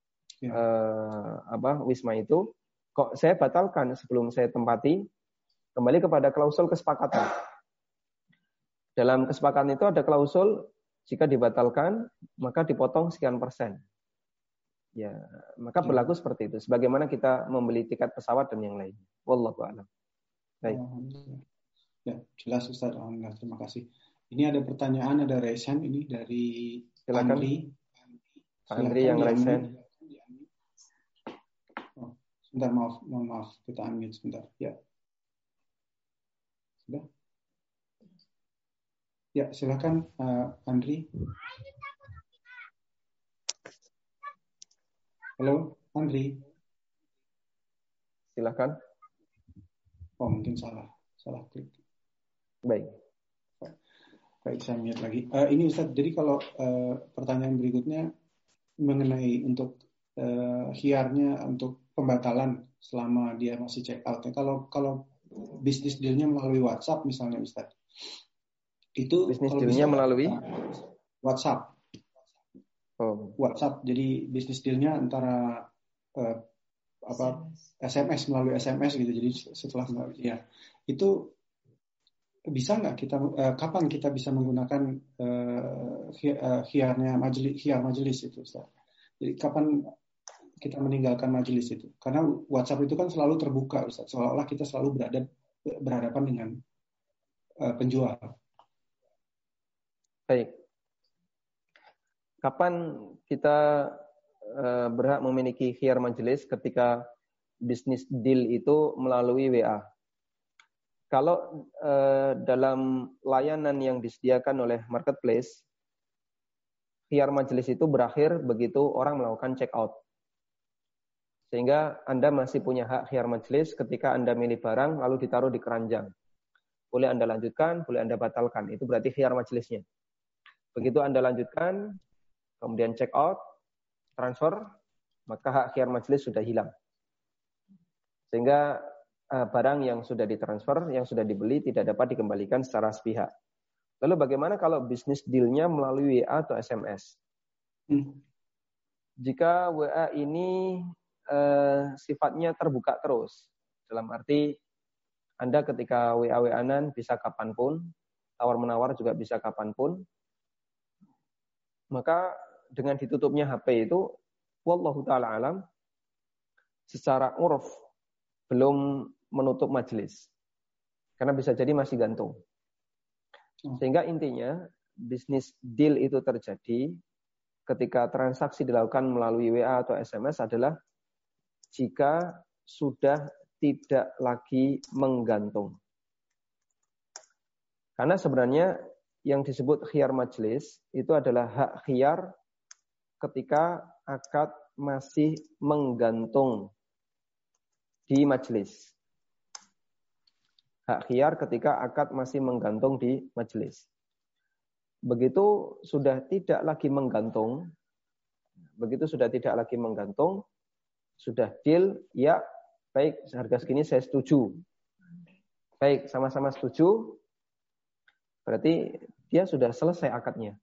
[SPEAKER 1] wisma itu. Kok saya batalkan sebelum saya tempati, kembali kepada klausul kesepakatan. Dalam kesepakatan itu ada klausul jika dibatalkan maka dipotong sekian persen. Ya, maka berlaku seperti itu. Sebagaimana kita membeli tiket pesawat dan yang lain. Wallahu a'lam. Baik.
[SPEAKER 2] Ya, jelas Ustaz. Alhamdulillah, terima kasih. Ini ada pertanyaan, ada resen ini dari Andri.
[SPEAKER 1] Andri yang resen.
[SPEAKER 2] Oh, sebentar, maaf, kita unmute sebentar. Ya. Sudah? Ya, silakan Andri. Halo, Andri.
[SPEAKER 1] Silakan.
[SPEAKER 2] Oh, mungkin salah klik.
[SPEAKER 1] Baik,
[SPEAKER 2] saya mute lagi. Ini Ustaz, jadi kalau pertanyaan berikutnya mengenai untuk khiarnya untuk pembatalan selama dia masih check out. Kalau bisnis dealnya melalui WhatsApp misalnya Ustaz, itu
[SPEAKER 1] bisnis dealnya melalui
[SPEAKER 2] WhatsApp. WhatsApp. Jadi bisnis dealnya antara SMS, melalui SMS gitu. Jadi setelah ya itu bisa nggak kita kapan kita bisa menggunakan khiar majelis itu Ustaz? Jadi kapan kita meninggalkan majelis itu? Karena WhatsApp itu kan selalu terbuka Ustaz. Seolah-olah kita selalu berhadapan dengan penjual.
[SPEAKER 1] Baik. Kapan kita berhak memiliki khiar majelis? Ketika bisnis deal itu melalui WA. Kalau dalam layanan yang disediakan oleh marketplace, khiyar majelis itu berakhir begitu orang melakukan check out. Sehingga Anda masih punya hak khiyar majelis ketika Anda milih barang lalu ditaruh di keranjang. Boleh Anda lanjutkan, boleh Anda batalkan. Itu berarti khiyar majelisnya. Begitu Anda lanjutkan, kemudian check out, transfer, maka hak khiyar majelis sudah hilang. Sehingga barang yang sudah ditransfer, yang sudah dibeli tidak dapat dikembalikan secara sepihak. Lalu bagaimana kalau bisnis deal-nya melalui WA atau SMS? Jika WA ini sifatnya terbuka terus, dalam arti Anda ketika WA-WA-an bisa kapanpun, tawar-menawar juga bisa kapanpun, maka dengan ditutupnya HP itu, wallahu ta'ala alam, secara urf belum menutup majelis. Karena bisa jadi masih gantung. Sehingga intinya, bisnis deal itu terjadi ketika transaksi dilakukan melalui WA atau SMS adalah jika sudah tidak lagi menggantung. Karena sebenarnya yang disebut khiyar majelis itu adalah hak khiyar ketika akad masih menggantung di majelis. Hak khiyar ketika akad masih menggantung di majelis. Begitu sudah tidak lagi menggantung, sudah deal, ya baik harga segini saya setuju. Baik, sama-sama setuju, berarti dia sudah selesai akadnya.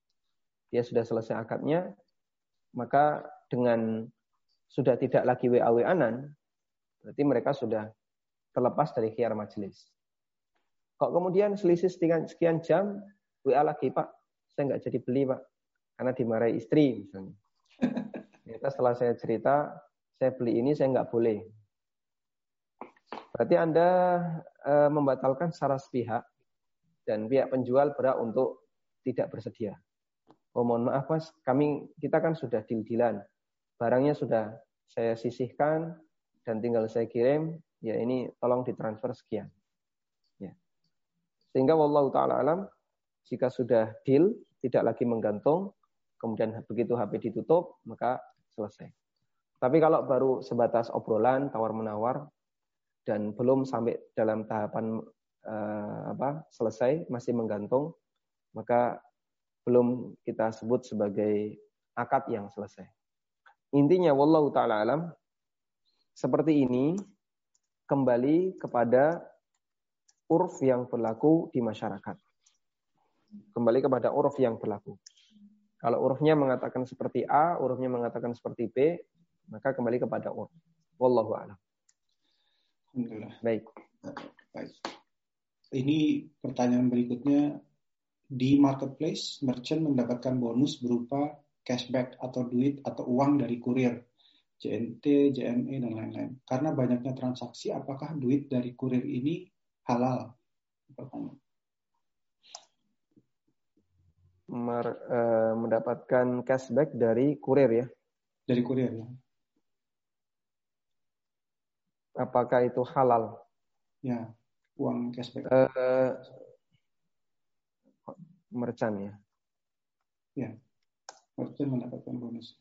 [SPEAKER 1] Maka dengan sudah tidak lagi WA-WA-an, berarti mereka sudah terlepas dari khiyar majelis. Kok kemudian selisih sekian jam, WA lagi, Pak, saya nggak jadi beli, Pak, karena dimarahi istri misalnya. Ternyata setelah saya cerita, saya beli ini saya nggak boleh. Berarti Anda membatalkan secara sepihak dan pihak penjual berhak untuk tidak bersedia. Oh mohon maaf Mas, kita kan sudah deal-dealan. Barangnya sudah saya sisihkan dan tinggal saya kirim, ya ini tolong ditransfer sekian. Ya. Sehingga wallahu ta'ala alam, jika sudah deal, tidak lagi menggantung, kemudian begitu HP ditutup, maka selesai. Tapi kalau baru sebatas obrolan, tawar-menawar, dan belum sampai dalam tahapan selesai, masih menggantung, maka belum kita sebut sebagai akad yang selesai. Intinya, wallahu ta'ala alam, seperti ini, kembali kepada urf yang berlaku di masyarakat. Kembali kepada urf yang berlaku. Kalau urfnya mengatakan seperti A, urfnya mengatakan seperti B, maka kembali kepada urf. Wallahu a'lam.
[SPEAKER 2] Alhamdulillah.
[SPEAKER 1] Baik.
[SPEAKER 2] Ini pertanyaan berikutnya. Di marketplace, merchant mendapatkan bonus berupa cashback atau duit atau uang dari kurir, JNT, JME, dan lain-lain. Karena banyaknya transaksi, apakah duit dari kurir ini halal?
[SPEAKER 1] Mendapatkan cashback dari kurir ya?
[SPEAKER 2] Dari kurir ya.
[SPEAKER 1] Apakah itu halal?
[SPEAKER 2] Ya, uang cashback.
[SPEAKER 1] Merchant ya?
[SPEAKER 2] Ya, merchant mendapatkan bonus.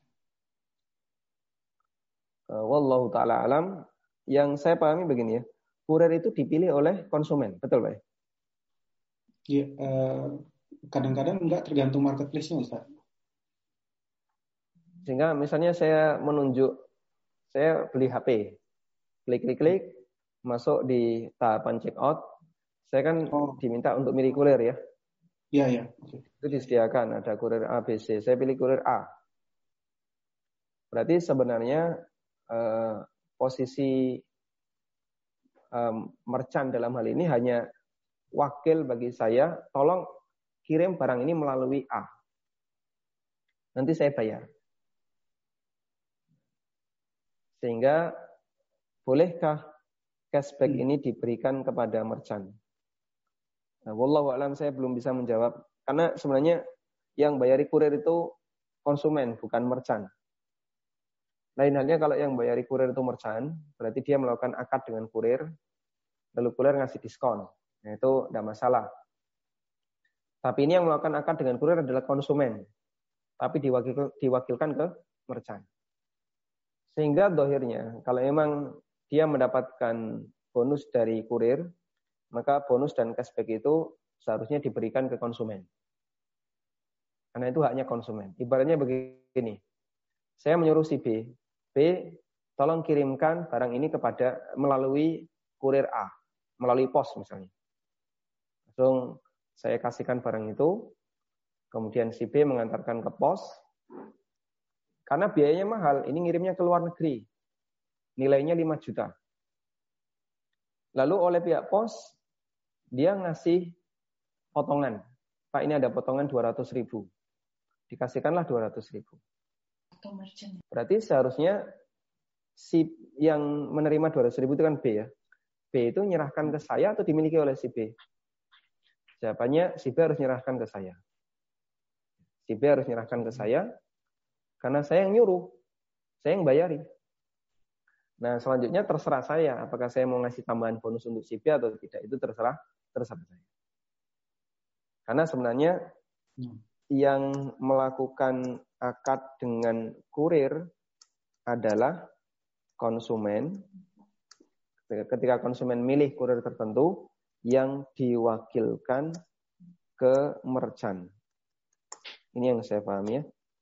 [SPEAKER 1] Wallahu ta'ala alam. Yang saya pahami begini ya, kurir itu dipilih oleh konsumen, betul Pak?
[SPEAKER 2] Ya, kadang-kadang enggak, tergantung marketplace-nya Ustaz.
[SPEAKER 1] Sehingga misalnya saya beli HP, klik, masuk di tahapan check out, saya kan diminta untuk milih kurir ya.
[SPEAKER 2] Iya.
[SPEAKER 1] Itu disediakan, ada kurir A, B, C. Saya pilih kurir A. Berarti sebenarnya posisi merchant dalam hal ini hanya wakil bagi saya, tolong kirim barang ini melalui A. Nanti saya bayar. Sehingga bolehkah cashback ini diberikan kepada merchant? Nah, wallahu a'lam, saya belum bisa menjawab. Karena sebenarnya yang bayari kurir itu konsumen, bukan merchant. Lain halnya kalau yang bayari kurir itu merchant, berarti dia melakukan akad dengan kurir. lalu kurir ngasih diskon. Nah, itu tidak masalah. Tapi ini yang melakukan akad dengan kurir adalah konsumen, tapi diwakilkan ke merchant. Sehingga dohirnya, kalau memang dia mendapatkan bonus dari kurir, maka bonus dan cashback itu seharusnya diberikan ke konsumen. Karena itu haknya konsumen. Ibaratnya begini, saya menyuruh si B, tolong kirimkan barang ini melalui kurir A, melalui pos misalnya. Langsung saya kasihkan barang itu, kemudian si B mengantarkan ke pos, karena biayanya mahal, ini ngirimnya ke luar negeri, nilainya 5 juta. Lalu oleh pihak pos, dia ngasih potongan. Pak, ini ada potongan 200.000. Dikasihkanlah 200.000. Berarti seharusnya si yang menerima 200.000 itu kan B ya. B itu menyerahkan ke saya atau dimiliki oleh si B? Jawabannya si B harus menyerahkan ke saya. Si B harus menyerahkan ke saya karena saya yang nyuruh. Saya yang bayari. Nah, selanjutnya terserah saya apakah saya mau ngasih tambahan bonus untuk si B atau tidak. Itu terserah saya. Karena sebenarnya yang melakukan akad dengan kurir adalah konsumen. Ketika konsumen milih kurir tertentu yang diwakilkan ke merchant. Ini yang saya pahami ya.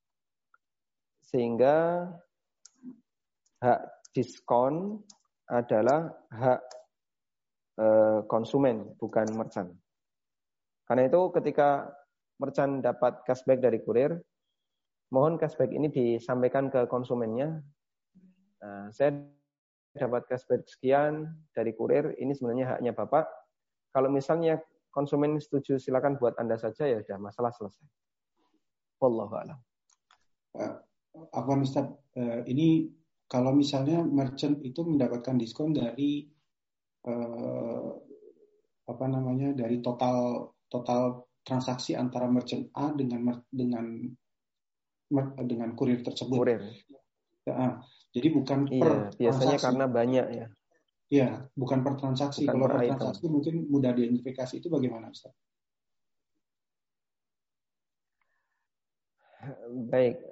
[SPEAKER 1] Sehingga hak diskon adalah hak konsumen, bukan merchant. Karena itu ketika merchant dapat cashback dari kurir, mohon cashback ini disampaikan ke konsumennya. Nah, saya dapat cashback sekian dari kurir, ini sebenarnya haknya Bapak. Kalau misalnya konsumen setuju, silakan buat Anda saja, ya sudah, masalah selesai. Wallahu a'lam.
[SPEAKER 2] Afwan Ustaz, ini kalau misalnya merchant itu mendapatkan diskon dari dari total transaksi antara merchant A dengan kurir tersebut.
[SPEAKER 1] Kurir.
[SPEAKER 2] Ya, jadi bukan per
[SPEAKER 1] biasanya
[SPEAKER 2] transaksi.
[SPEAKER 1] Karena banyak ya.
[SPEAKER 2] Iya, bukan per transaksi.
[SPEAKER 1] Bukan
[SPEAKER 2] Kalau per
[SPEAKER 1] item.
[SPEAKER 2] transaksi mungkin mudah diidentifikasi, itu bagaimana Ustaz?
[SPEAKER 1] Baik,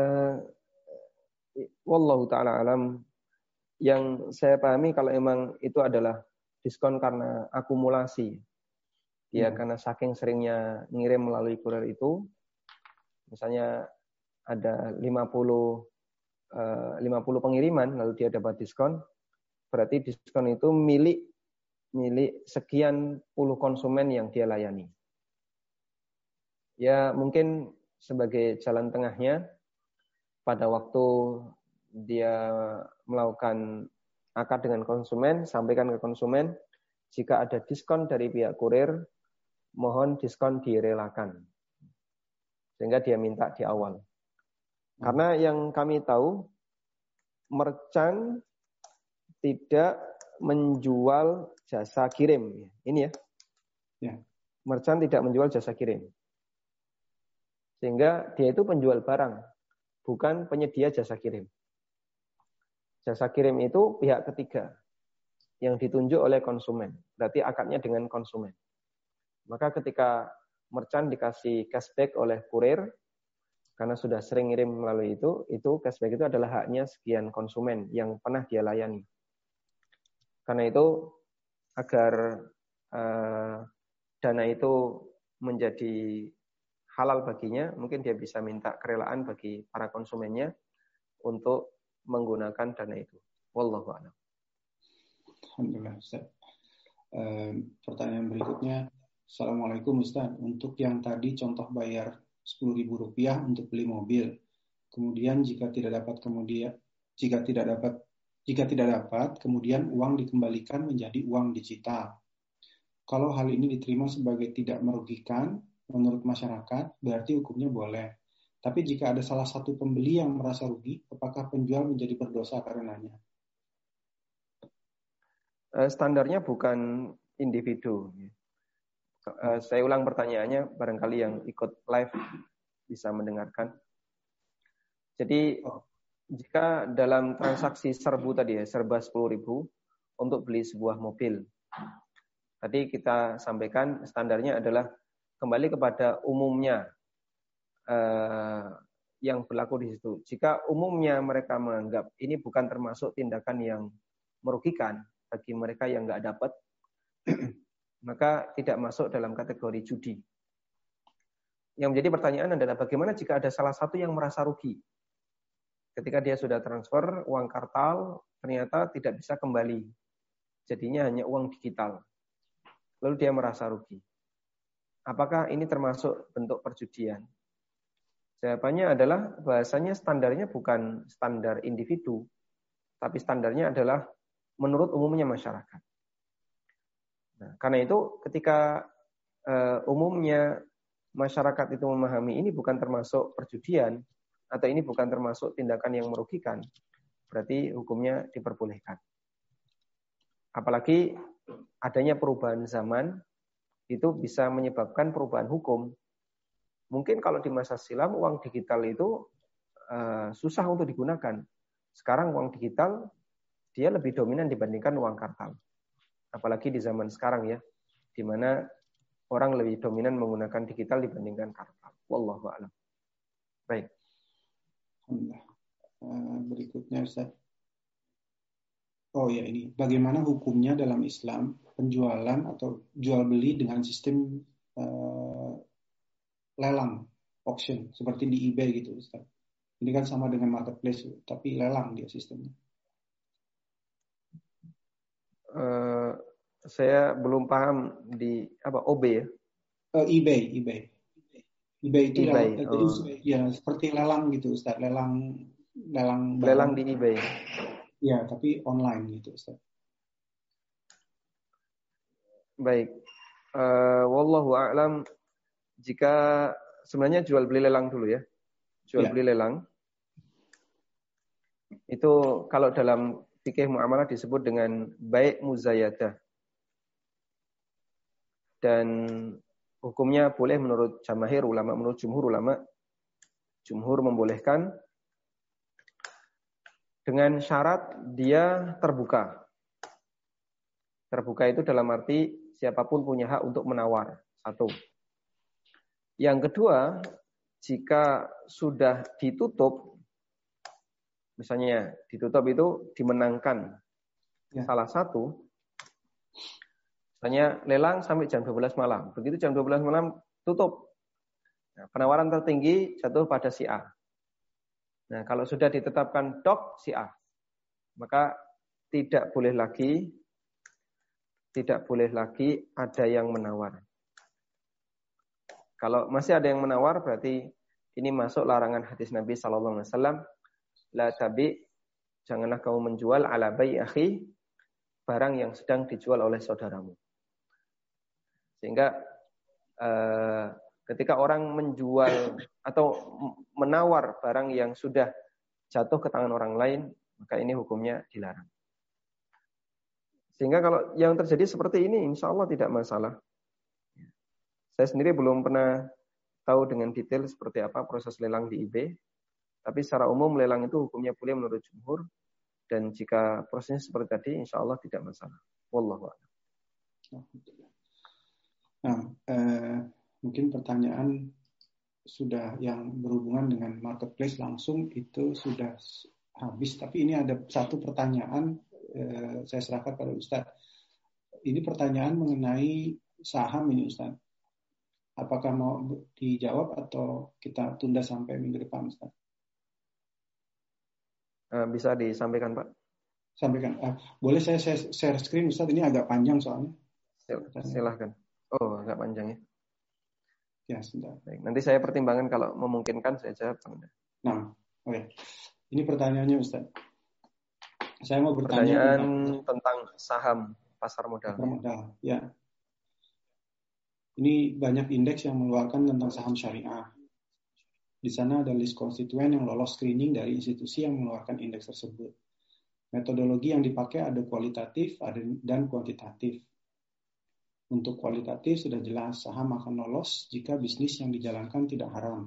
[SPEAKER 1] wallahu taala alam. Yang saya pahami kalau emang itu adalah diskon karena akumulasi. Ya, karena saking seringnya ngirim melalui kurir itu, misalnya ada 50 pengiriman lalu dia dapat diskon, berarti diskon itu milik sekian puluh konsumen yang dia layani. Ya, mungkin sebagai jalan tengahnya, pada waktu dia melakukan akad dengan konsumen, sampaikan ke konsumen, jika ada diskon dari pihak kurir, mohon diskon direlakan. Sehingga dia minta di awal. Karena yang kami tahu, merchant tidak menjual jasa kirim. Ini ya. Merchant tidak menjual jasa kirim. Sehingga dia itu penjual barang, bukan penyedia jasa kirim. Jasa kirim itu pihak ketiga yang ditunjuk oleh konsumen. Berarti akadnya dengan konsumen. Maka ketika merchant dikasih cashback oleh kurir, karena sudah sering ngirim melalui itu cashback itu adalah haknya sekian konsumen yang pernah dia layani. Karena itu agar dana itu menjadi halal baginya, mungkin dia bisa minta kerelaan bagi para konsumennya untuk menggunakan dana itu. Wallahu a'lam.
[SPEAKER 2] Alhamdulillah Ustaz. Pertanyaan berikutnya, Assalamualaikum Ustaz. Untuk yang tadi contoh bayar Rp10.000 untuk beli mobil, kemudian jika tidak dapat kemudian uang dikembalikan menjadi uang digital. Kalau hal ini diterima sebagai tidak merugikan menurut masyarakat, berarti hukumnya boleh. Tapi jika ada salah satu pembeli yang merasa rugi, apakah penjual menjadi berdosa karenanya?
[SPEAKER 1] Standarnya bukan individu. Saya ulang pertanyaannya, barangkali yang ikut live bisa mendengarkan. Jadi, jika dalam transaksi serba 10.000 untuk beli sebuah mobil, Tadi kita sampaikan standarnya adalah kembali kepada umumnya yang berlaku di situ. Jika umumnya mereka menganggap ini bukan termasuk tindakan yang merugikan bagi mereka yang nggak dapat, maka tidak masuk dalam kategori judi. Yang menjadi pertanyaan adalah bagaimana jika ada salah satu yang merasa rugi? Ketika dia sudah transfer uang kartal, ternyata tidak bisa kembali. Jadinya hanya uang digital. Lalu dia merasa rugi. Apakah ini termasuk bentuk perjudian? Jawabannya adalah bahasanya standarnya bukan standar individu, tapi standarnya adalah menurut umumnya masyarakat. Nah, karena itu ketika umumnya masyarakat itu memahami ini bukan termasuk perjudian atau ini bukan termasuk tindakan yang merugikan, berarti hukumnya diperbolehkan. Apalagi adanya perubahan zaman itu bisa menyebabkan perubahan hukum. Mungkin kalau di masa silam uang digital itu susah untuk digunakan. Sekarang uang digital dia lebih dominan dibandingkan uang kartal. Apalagi di zaman sekarang ya, di mana orang lebih dominan menggunakan digital dibandingkan kartal. Wallahu a'lam. Baik.
[SPEAKER 2] Alhamdulillah. Berikutnya Ustaz. Oh ya ini, bagaimana hukumnya dalam Islam penjualan atau jual beli dengan sistem lelang, auction, seperti di eBay gitu Ustaz. Ini kan sama dengan marketplace, tapi lelang dia sistemnya.
[SPEAKER 1] Saya belum paham di apa OB ya?
[SPEAKER 2] eBay itu
[SPEAKER 1] eBay.
[SPEAKER 2] Ya seperti lelang gitu Ustaz, lelang
[SPEAKER 1] di eBay.
[SPEAKER 2] Ya, tapi online gitu Ustaz.
[SPEAKER 1] Baik. Wallahu a'lam. Jika sebenarnya jual beli lelang dulu ya. Jual beli lelang. Itu kalau dalam fikih muamalah disebut dengan bai' muzayadah. Dan hukumnya boleh menurut jamaahir ulama, menurut jumhur ulama. Jumhur membolehkan dengan syarat dia terbuka. Terbuka itu dalam arti siapapun punya hak untuk menawar. Satu. Yang kedua, jika sudah ditutup, misalnya ditutup itu dimenangkan salah satu, misalnya lelang sampai jam 12 malam. Begitu jam 12 malam tutup. Nah, penawaran tertinggi jatuh pada si A. Nah, kalau sudah ditetapkan dok si A, maka tidak boleh lagi ada yang menawar. Kalau masih ada yang menawar, berarti ini masuk larangan hadis Nabi SAW. La tabi, janganlah kamu menjual ala bai akhi, barang yang sedang dijual oleh saudaramu. Sehingga ketika orang menjual atau menawar barang yang sudah jatuh ke tangan orang lain, maka ini hukumnya dilarang. Sehingga kalau yang terjadi seperti ini, insya Allah tidak masalah. Saya sendiri belum pernah tahu dengan detail seperti apa proses lelang di eBay. Tapi secara umum lelang itu hukumnya boleh menurut jumhur. Dan jika prosesnya seperti tadi, insya Allah tidak masalah. Wallahu a'lam.
[SPEAKER 2] Nah, mungkin pertanyaan sudah yang berhubungan dengan marketplace langsung itu sudah habis. Tapi ini ada satu pertanyaan saya serahkan pada Ustadz. Ini pertanyaan mengenai saham ini Ustadz. Apakah mau dijawab atau kita tunda sampai minggu depan, Ustaz?
[SPEAKER 1] Bisa disampaikan, Pak?
[SPEAKER 2] Sampaikan. Boleh saya share screen, Ustaz? Ini agak panjang soalnya.
[SPEAKER 1] Silahkan. Oh, agak panjang ya?
[SPEAKER 2] Ya, sebentar.
[SPEAKER 1] Baik, nanti saya pertimbangkan kalau memungkinkan saya jawab.
[SPEAKER 2] Nah, oke. Ini pertanyaannya, Ustaz. Saya mau bertanya
[SPEAKER 1] pertanyaan tentang saham pasar modal.
[SPEAKER 2] Ya. Ini banyak indeks yang mengeluarkan tentang saham syariah. Di sana ada list konstituen yang lolos screening dari institusi yang mengeluarkan indeks tersebut. Metodologi yang dipakai ada kualitatif dan kuantitatif. Untuk kualitatif sudah jelas saham akan lolos jika bisnis yang dijalankan tidak haram.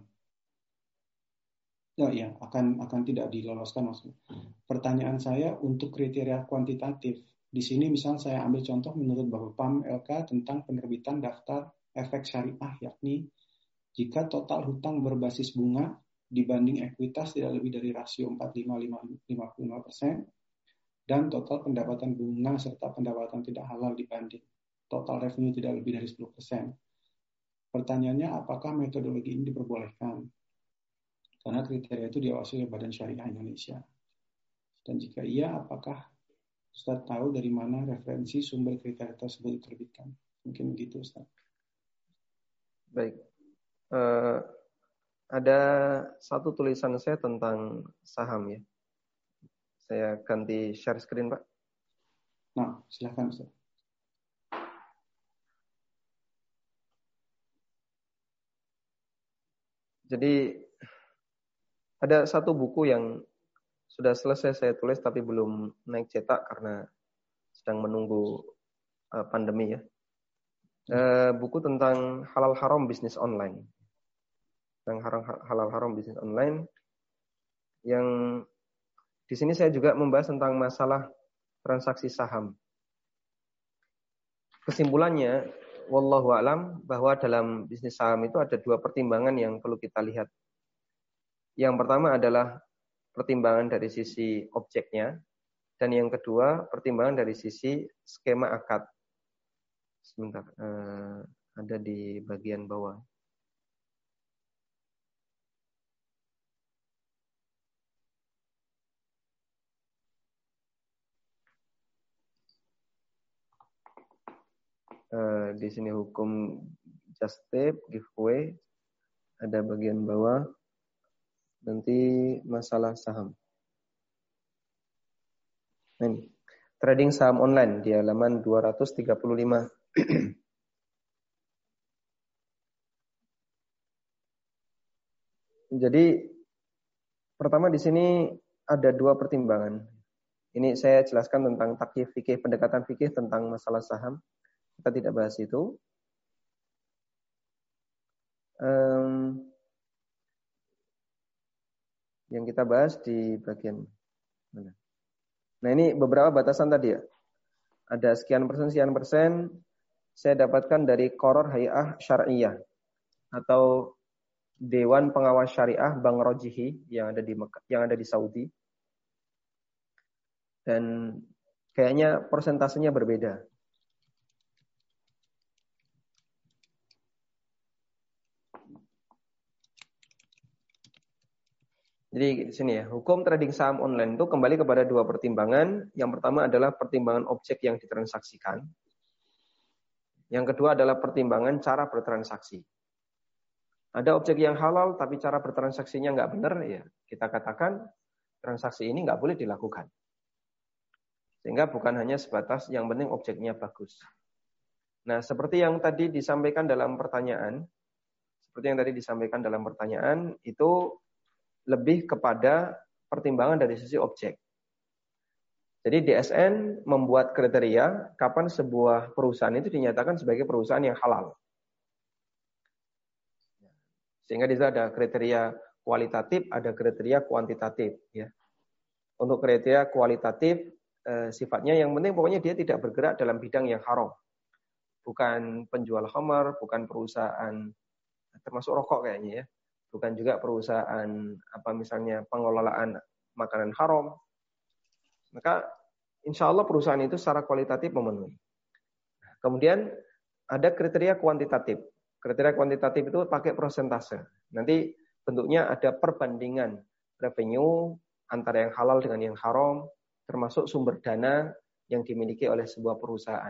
[SPEAKER 2] Ya, akan tidak diloloskan maksudnya. Pertanyaan saya untuk kriteria kuantitatif, Di sini misalnya saya ambil contoh menurut Bapepam LK tentang penerbitan daftar efek syariah, yakni jika total hutang berbasis bunga dibanding ekuitas tidak lebih dari rasio 45-55% dan total pendapatan bunga serta pendapatan tidak halal dibanding total revenue tidak lebih dari 10%. Pertanyaannya, apakah metodologi ini diperbolehkan? Karena kriteria itu diawasi oleh Badan Syariah Indonesia. Dan jika iya, apakah Ustaz tahu dari mana referensi sumber kriteria tersebut diterbitkan? Mungkin begitu, Ustaz.
[SPEAKER 1] Baik. Ada satu tulisan saya tentang saham ya. Saya ganti share screen, Pak.
[SPEAKER 2] Nah, silakan, Ustaz.
[SPEAKER 1] Jadi ada satu buku yang sudah selesai saya tulis tapi belum naik cetak karena sedang menunggu pandemi ya. Buku tentang halal haram bisnis online. Tentang halal haram bisnis online yang di sini saya juga membahas tentang masalah transaksi saham. Kesimpulannya, wallahu a'lam, bahwa dalam bisnis saham itu ada dua pertimbangan yang perlu kita lihat. Yang pertama adalah pertimbangan dari sisi objeknya, dan yang kedua pertimbangan dari sisi skema akad. Sebentar, ada di bagian bawah. Di sini hukum just tip, giveaway, ada bagian bawah, nanti masalah saham. Nah, ini trading saham online di halaman 235. Jadi pertama di sini ada dua pertimbangan. Ini saya jelaskan tentang takyif fikih, pendekatan fikih tentang masalah saham. Kita tidak bahas itu. Yang kita bahas di bagian mana? Nah, ini beberapa batasan tadi ya. Ada sekian persen saya dapatkan dari Qoror Hay'ah Syar'iyah atau Dewan Pengawas Syariah Bank Rojihi yang ada di Mekah, yang ada di Saudi. Dan kayaknya persentasenya berbeda. Jadi di sini ya, hukum trading saham online itu kembali kepada dua pertimbangan. Yang pertama adalah pertimbangan objek yang ditransaksikan. Yang kedua adalah pertimbangan cara bertransaksi. Ada objek yang halal tapi cara bertransaksinya nggak benar, ya kita katakan transaksi ini nggak boleh dilakukan. Sehingga bukan hanya sebatas yang penting objeknya bagus. Nah, seperti yang tadi disampaikan dalam pertanyaan, itu lebih kepada pertimbangan dari sisi objek. Jadi DSN membuat kriteria kapan sebuah perusahaan itu dinyatakan sebagai perusahaan yang halal. Sehingga di situ ada kriteria kualitatif, ada kriteria kuantitatif. Ya. Untuk kriteria kualitatif, sifatnya yang penting pokoknya dia tidak bergerak dalam bidang yang haram. Bukan penjual khamar, bukan perusahaan, termasuk rokok kayaknya ya. Bukan juga perusahaan misalnya pengelolaan makanan haram. Maka insya Allah perusahaan itu secara kualitatif memenuhi. Kemudian ada kriteria kuantitatif. Kriteria kuantitatif itu pakai persentase. Nanti bentuknya ada perbandingan revenue antara yang halal dengan yang haram, termasuk sumber dana yang dimiliki oleh sebuah perusahaan.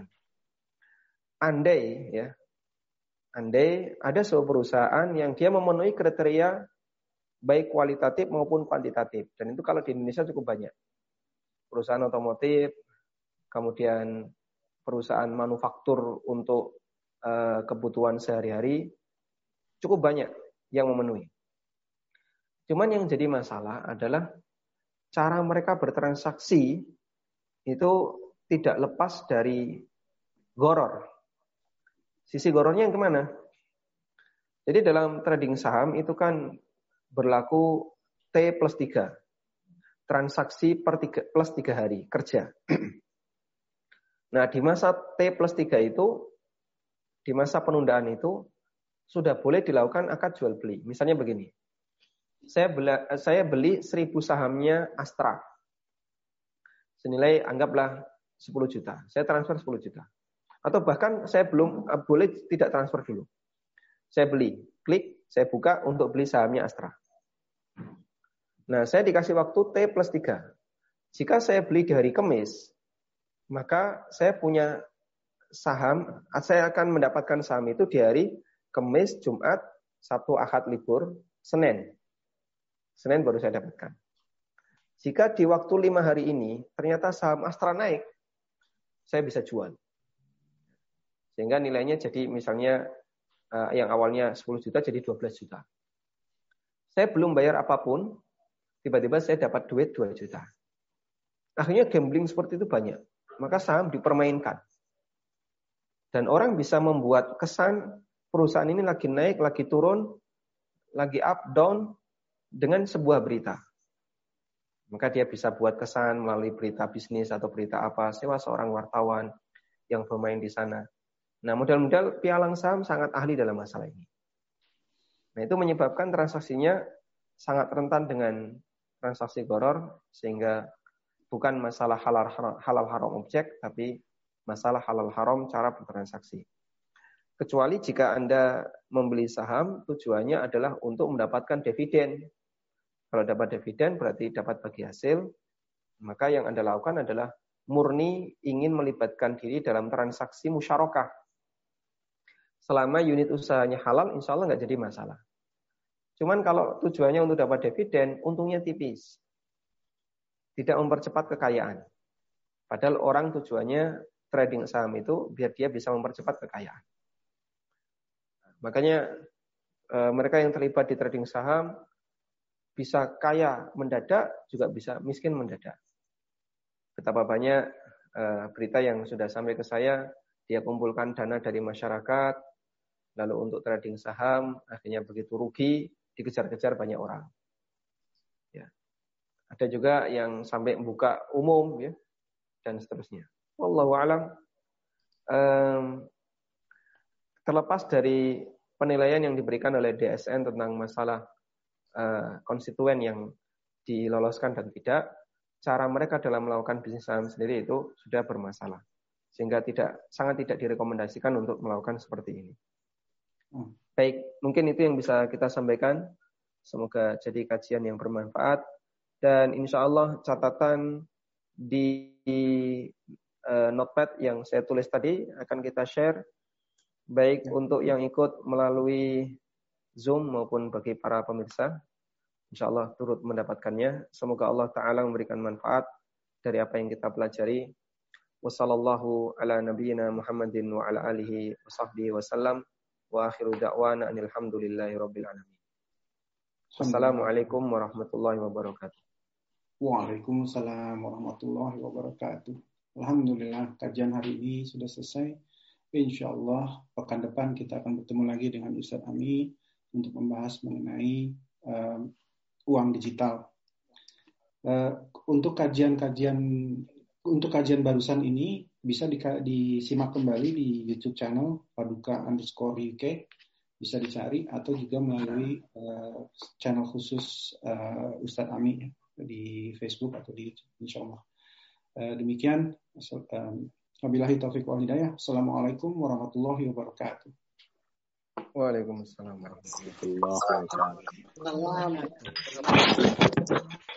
[SPEAKER 1] Andai ada sebuah perusahaan yang dia memenuhi kriteria baik kualitatif maupun kuantitatif. Dan itu kalau di Indonesia cukup banyak. Perusahaan otomotif, kemudian perusahaan manufaktur untuk kebutuhan sehari-hari, cukup banyak yang memenuhi. Cuman yang jadi masalah adalah cara mereka bertransaksi itu tidak lepas dari goror. Sisi gorornya yang kemana? Jadi dalam trading saham itu kan berlaku T+3. Transaksi plus 3 hari kerja. Nah, di masa T+3 itu, di masa penundaan itu, sudah boleh dilakukan akad jual beli. Misalnya begini, saya beli 1.000 sahamnya Astra. Senilai anggaplah 10 juta. Saya transfer 10 juta. Atau bahkan saya belum boleh tidak transfer dulu. Saya beli, klik, saya buka untuk beli sahamnya Astra. Nah, saya dikasih waktu T+3. Jika saya beli di hari Kamis, maka saya punya saham, saya akan mendapatkan saham itu di hari Kamis, Jumat, Sabtu, Ahad libur, Senin. Senin baru saya dapatkan. Jika di waktu 5 hari ini, ternyata saham Astra naik, saya bisa jual. Sehingga nilainya jadi misalnya yang awalnya 10 juta jadi 12 juta. Saya belum bayar apapun, tiba-tiba saya dapat duit 2 juta. Akhirnya gambling seperti itu banyak. Maka saham dipermainkan. Dan orang bisa membuat kesan perusahaan ini lagi naik, lagi turun, lagi up, down, dengan sebuah berita. Maka dia bisa buat kesan melalui berita bisnis atau berita apa, sewa seorang wartawan yang bermain di sana. Nah, modal-modal pialang saham sangat ahli dalam masalah ini. Nah, itu menyebabkan transaksinya sangat rentan dengan transaksi gharar, sehingga bukan masalah halal haram objek, tapi masalah halal haram cara bertransaksi. Kecuali jika Anda membeli saham, tujuannya adalah untuk mendapatkan dividen. Kalau dapat dividen berarti dapat bagi hasil, maka yang Anda lakukan adalah murni ingin melibatkan diri dalam transaksi musyarakah. Selama unit usahanya halal, insya Allah nggak jadi masalah. Cuman kalau tujuannya untuk dapat dividen, untungnya tipis. Tidak mempercepat kekayaan. Padahal orang tujuannya trading saham itu biar dia bisa mempercepat kekayaan. Makanya mereka yang terlibat di trading saham bisa kaya mendadak, juga bisa miskin mendadak. Betapa banyak berita yang sudah sampai ke saya, dia kumpulkan dana dari masyarakat, lalu untuk trading saham, akhirnya begitu rugi, dikejar-kejar banyak orang. Ya. Ada juga yang sampai membuka umum, ya, dan seterusnya. Wallahu a'lam. Terlepas dari penilaian yang diberikan oleh DSN tentang masalah konstituen yang diloloskan dan tidak, cara mereka dalam melakukan bisnis saham sendiri itu sudah bermasalah, sehingga sangat tidak direkomendasikan untuk melakukan seperti ini. Baik, mungkin itu yang bisa kita sampaikan. Semoga jadi kajian yang bermanfaat, dan insya Allah catatan di notepad yang saya tulis tadi akan kita share, baik untuk yang ikut melalui Zoom maupun bagi para pemirsa. Insya Allah turut mendapatkannya. Semoga Allah Ta'ala memberikan manfaat dari apa yang kita pelajari. Wassallallahu ala nabiyyina Muhammadin wa ala alihi wa sahbihi wa sallam. Wa akhiru da'wana anilhamdulillahi rabbil alamin. Wassalamualaikum warahmatullahi wabarakatuh.
[SPEAKER 2] Waalaikumsalam warahmatullahi wabarakatuh. Alhamdulillah, kajian hari ini sudah selesai. Insya Allah pekan depan kita akan bertemu lagi dengan Ustaz Ami untuk membahas mengenai uang digital. Untuk kajian barusan ini bisa disimak kembali di YouTube channel Paduka_UK, bisa dicari, atau juga melalui channel khusus Ustaz Ami di Facebook atau di YouTube, insya Allah. Demikian. Wabillahi taufiq wal hidayah. Assalamualaikum warahmatullahi wabarakatuh.
[SPEAKER 1] Waalaikumsalam warahmatullahi wabarakatuh.